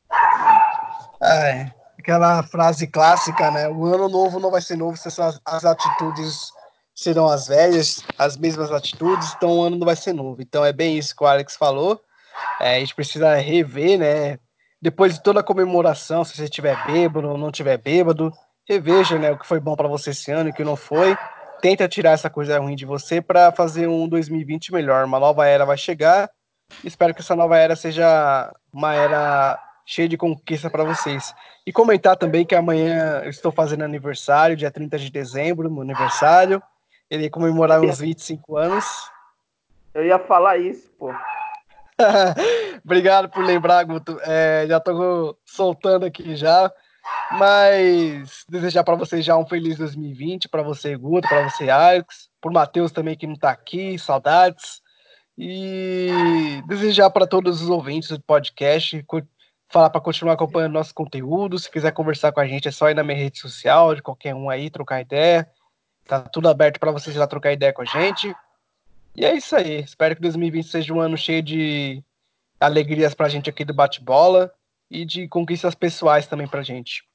Aquela frase clássica, né? O ano novo não vai ser novo se as atitudes serão as velhas, as mesmas atitudes, então o ano não vai ser novo. Então é bem isso que o Alex falou. A gente precisa rever, né? Depois de toda a comemoração, se você estiver bêbado ou não estiver bêbado, reveja, né, o que foi bom para você esse ano e o que não foi. Tenta tirar essa coisa ruim de você para fazer um 2020 melhor. Uma nova era vai chegar. Espero que essa nova era seja uma era cheia de conquista para vocês. E comentar também que amanhã eu estou fazendo aniversário, dia 30 de dezembro, meu aniversário. Queria comemorar uns 25 anos. Eu ia falar isso, pô. Obrigado por lembrar, Guto. Já tô soltando aqui já. Mas desejar para vocês já um feliz 2020, para você, Guto, para você, Alex, por Matheus também que não tá aqui, saudades. E desejar para todos os ouvintes do podcast, falar para continuar acompanhando nosso conteúdo. Se quiser conversar com a gente, é só ir na minha rede social, de qualquer um aí, trocar ideia. Tá tudo aberto para vocês ir lá trocar ideia com a gente. E é isso aí. Espero que 2020 seja um ano cheio de alegrias pra gente aqui do Bate-Bola e de conquistas pessoais também pra gente.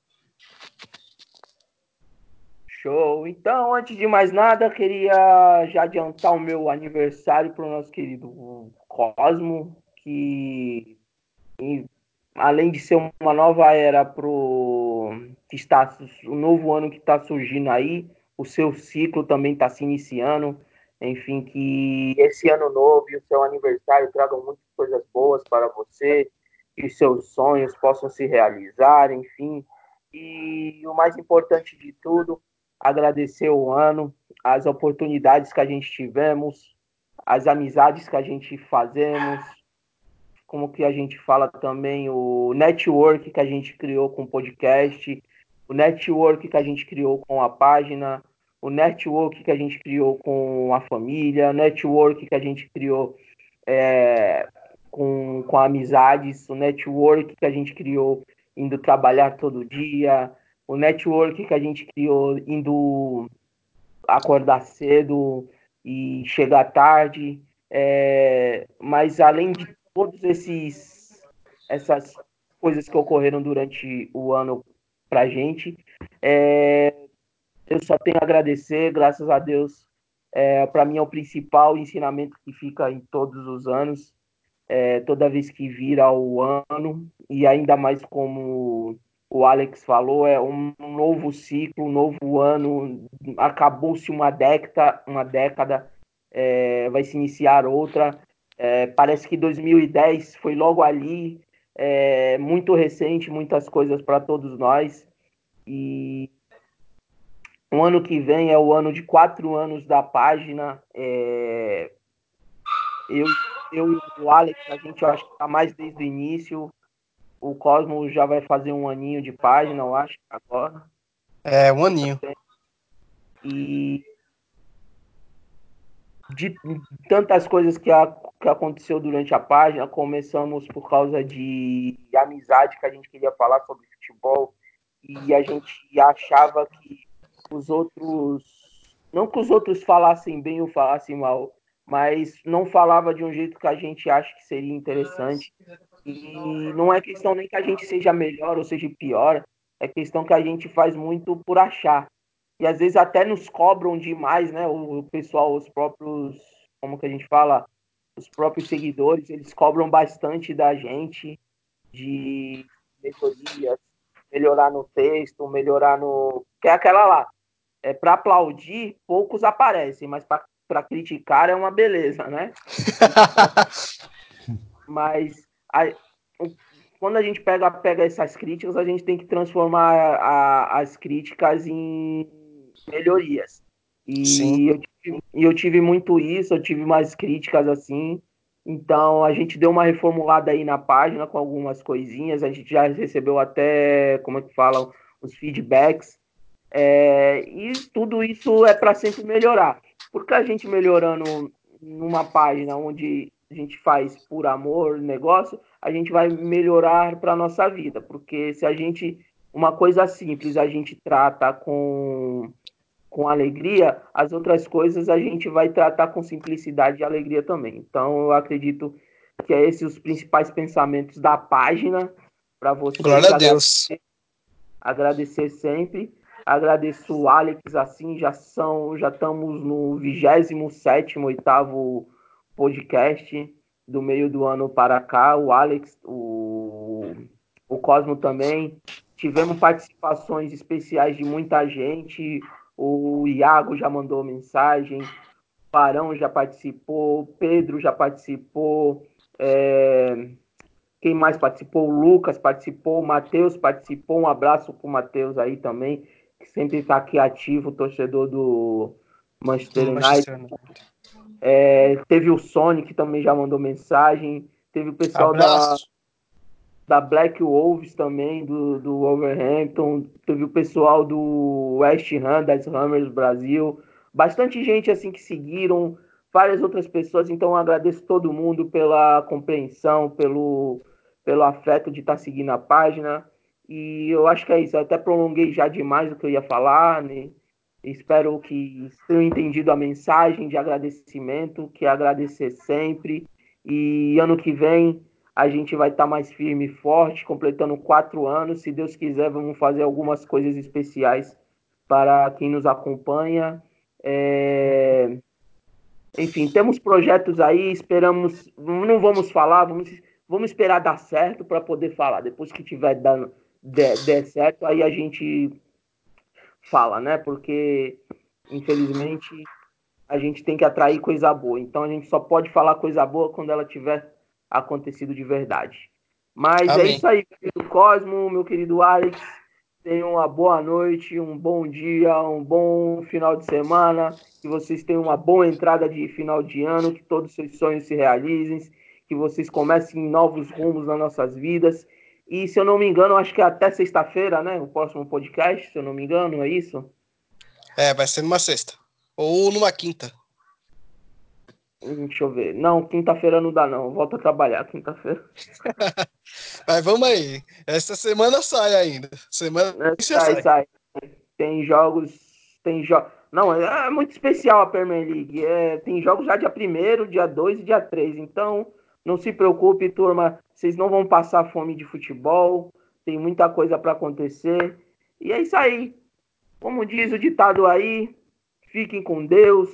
Show. Então, antes de mais nada, queria já adiantar o meu aniversário para o nosso querido Cosmo, que além de ser uma nova era pro que está o novo ano que está surgindo aí, o seu ciclo também está se iniciando. Enfim, que esse ano novo e o seu aniversário tragam muitas coisas boas para você, que os seus sonhos possam se realizar, enfim. E o mais importante de tudo, agradecer o ano, as oportunidades que a gente tivemos, as amizades que a gente fazemos, como que a gente fala também, o network que a gente criou com o podcast, o network que a gente criou com a página, o network que a gente criou com a família, o network que a gente criou com amizades, o network que a gente criou indo trabalhar todo dia, o network que a gente criou indo acordar cedo e chegar tarde. Mas além de todos essas coisas que ocorreram durante o ano para a gente, eu só tenho a agradecer, graças a Deus. Para mim é o principal ensinamento que fica em todos os anos, toda vez que vira o ano, e ainda mais como o Alex falou, é um novo ciclo, um novo ano, acabou-se uma década, vai se iniciar outra. Parece que 2010 foi logo ali, muito recente, muitas coisas para todos nós. E o ano que vem é o ano de 4 anos da página. Eu, eu e o Alex, a gente eu acho que está mais desde o início. O Cosmo já vai fazer um aninho de página, eu acho, agora. Um aninho. E de tantas coisas que aconteceu durante a página, começamos por causa de amizade, que a gente queria falar sobre futebol, e a gente achava que os outros, não que os outros falassem bem ou falassem mal, mas não falava de um jeito que a gente acha que seria interessante. E não é questão nem que a gente seja melhor ou seja pior, é questão que a gente faz muito por achar. E às vezes até nos cobram demais, né? O pessoal, os próprios, como que a gente fala, os próprios seguidores, eles cobram bastante da gente de melhorias, melhorar no texto, melhorar no. Que é aquela lá. Para aplaudir, poucos aparecem, mas para criticar é uma beleza, né? Então, mas quando a gente pega essas críticas, a gente tem que transformar as críticas em melhorias. Sim. Eu tive muito isso, eu tive mais críticas assim. Então a gente deu uma reformulada aí na página com algumas coisinhas. A gente já recebeu até, como é que fala, os feedbacks. E tudo isso é para sempre melhorar. Porque a gente melhorando numa página onde a gente faz por amor, negócio, a gente vai melhorar para a nossa vida. Porque se a gente, uma coisa simples, a gente trata com alegria, as outras coisas a gente vai tratar com simplicidade e alegria também. Então, eu acredito que é esses os principais pensamentos da página para vocês. Glória a Deus. Agradecer sempre. Agradeço o Alex, assim, já estamos no 27º, 8º podcast do meio do ano para cá. O Alex, o Cosmo também. Tivemos participações especiais de muita gente. O Iago já mandou mensagem, o Barão já participou, o Pedro já participou, quem mais participou? O Lucas participou, o Matheus participou. Um abraço para o Matheus aí também, que sempre está aqui ativo, torcedor Manchester Do United. Manchester United. Teve o Sony, que também já mandou mensagem. Teve o pessoal Abraço. da Black Wolves também, do Wolverhampton. Teve o pessoal do West Ham, das Hammers Brasil. Bastante gente assim que seguiram, várias outras pessoas. Então eu agradeço todo mundo pela compreensão, pelo afeto de estar seguindo a página. E eu acho que é isso. Eu até prolonguei já demais o que eu ia falar, né? Espero que tenham entendido a mensagem de agradecimento, que é agradecer sempre. E ano que vem a gente vai estar mais firme e forte, completando 4 anos. Se Deus quiser, vamos fazer algumas coisas especiais para quem nos acompanha. Enfim, temos projetos aí, esperamos, não vamos falar, vamos esperar dar certo para poder falar. Depois que tiver der certo, aí a gente fala, né? Porque, infelizmente, a gente tem que atrair coisa boa. Então a gente só pode falar coisa boa quando ela tiver acontecido de verdade. Mas é Amém. isso aí, meu querido Cosmo, meu querido Alex. Tenham uma boa noite, um bom dia, um bom final de semana. Que vocês tenham uma boa entrada de final de ano, que todos os seus sonhos se realizem, que vocês comecem novos rumos nas nossas vidas. E se eu não me engano, acho que é até sexta-feira, né? O próximo podcast, se eu não me engano, é isso? Vai ser numa sexta. Ou numa quinta. Deixa eu ver. Não, quinta-feira não dá, não. Volto a trabalhar quinta-feira. Mas vamos aí. Essa semana sai ainda. Semana já Sai, sai. sai. Tem jogos. Não, é muito especial a Premier League. Tem jogos já dia 1º, dia 2 e dia 3. Então, não se preocupe, turma. Vocês não vão passar fome de futebol. Tem muita coisa para acontecer. E é isso aí. Como diz o ditado aí, fiquem com Deus.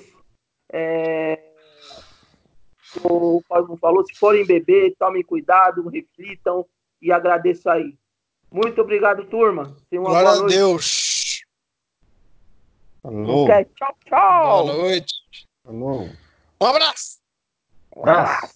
O Cosmo falou, se forem beber, tomem cuidado, reflitam e agradeço aí. Muito obrigado, turma. Tenham uma Glória boa a noite. Deus. Falou. Tchau, Boa tchau. noite. Falou. Um abraço. Um Abraço. abraço.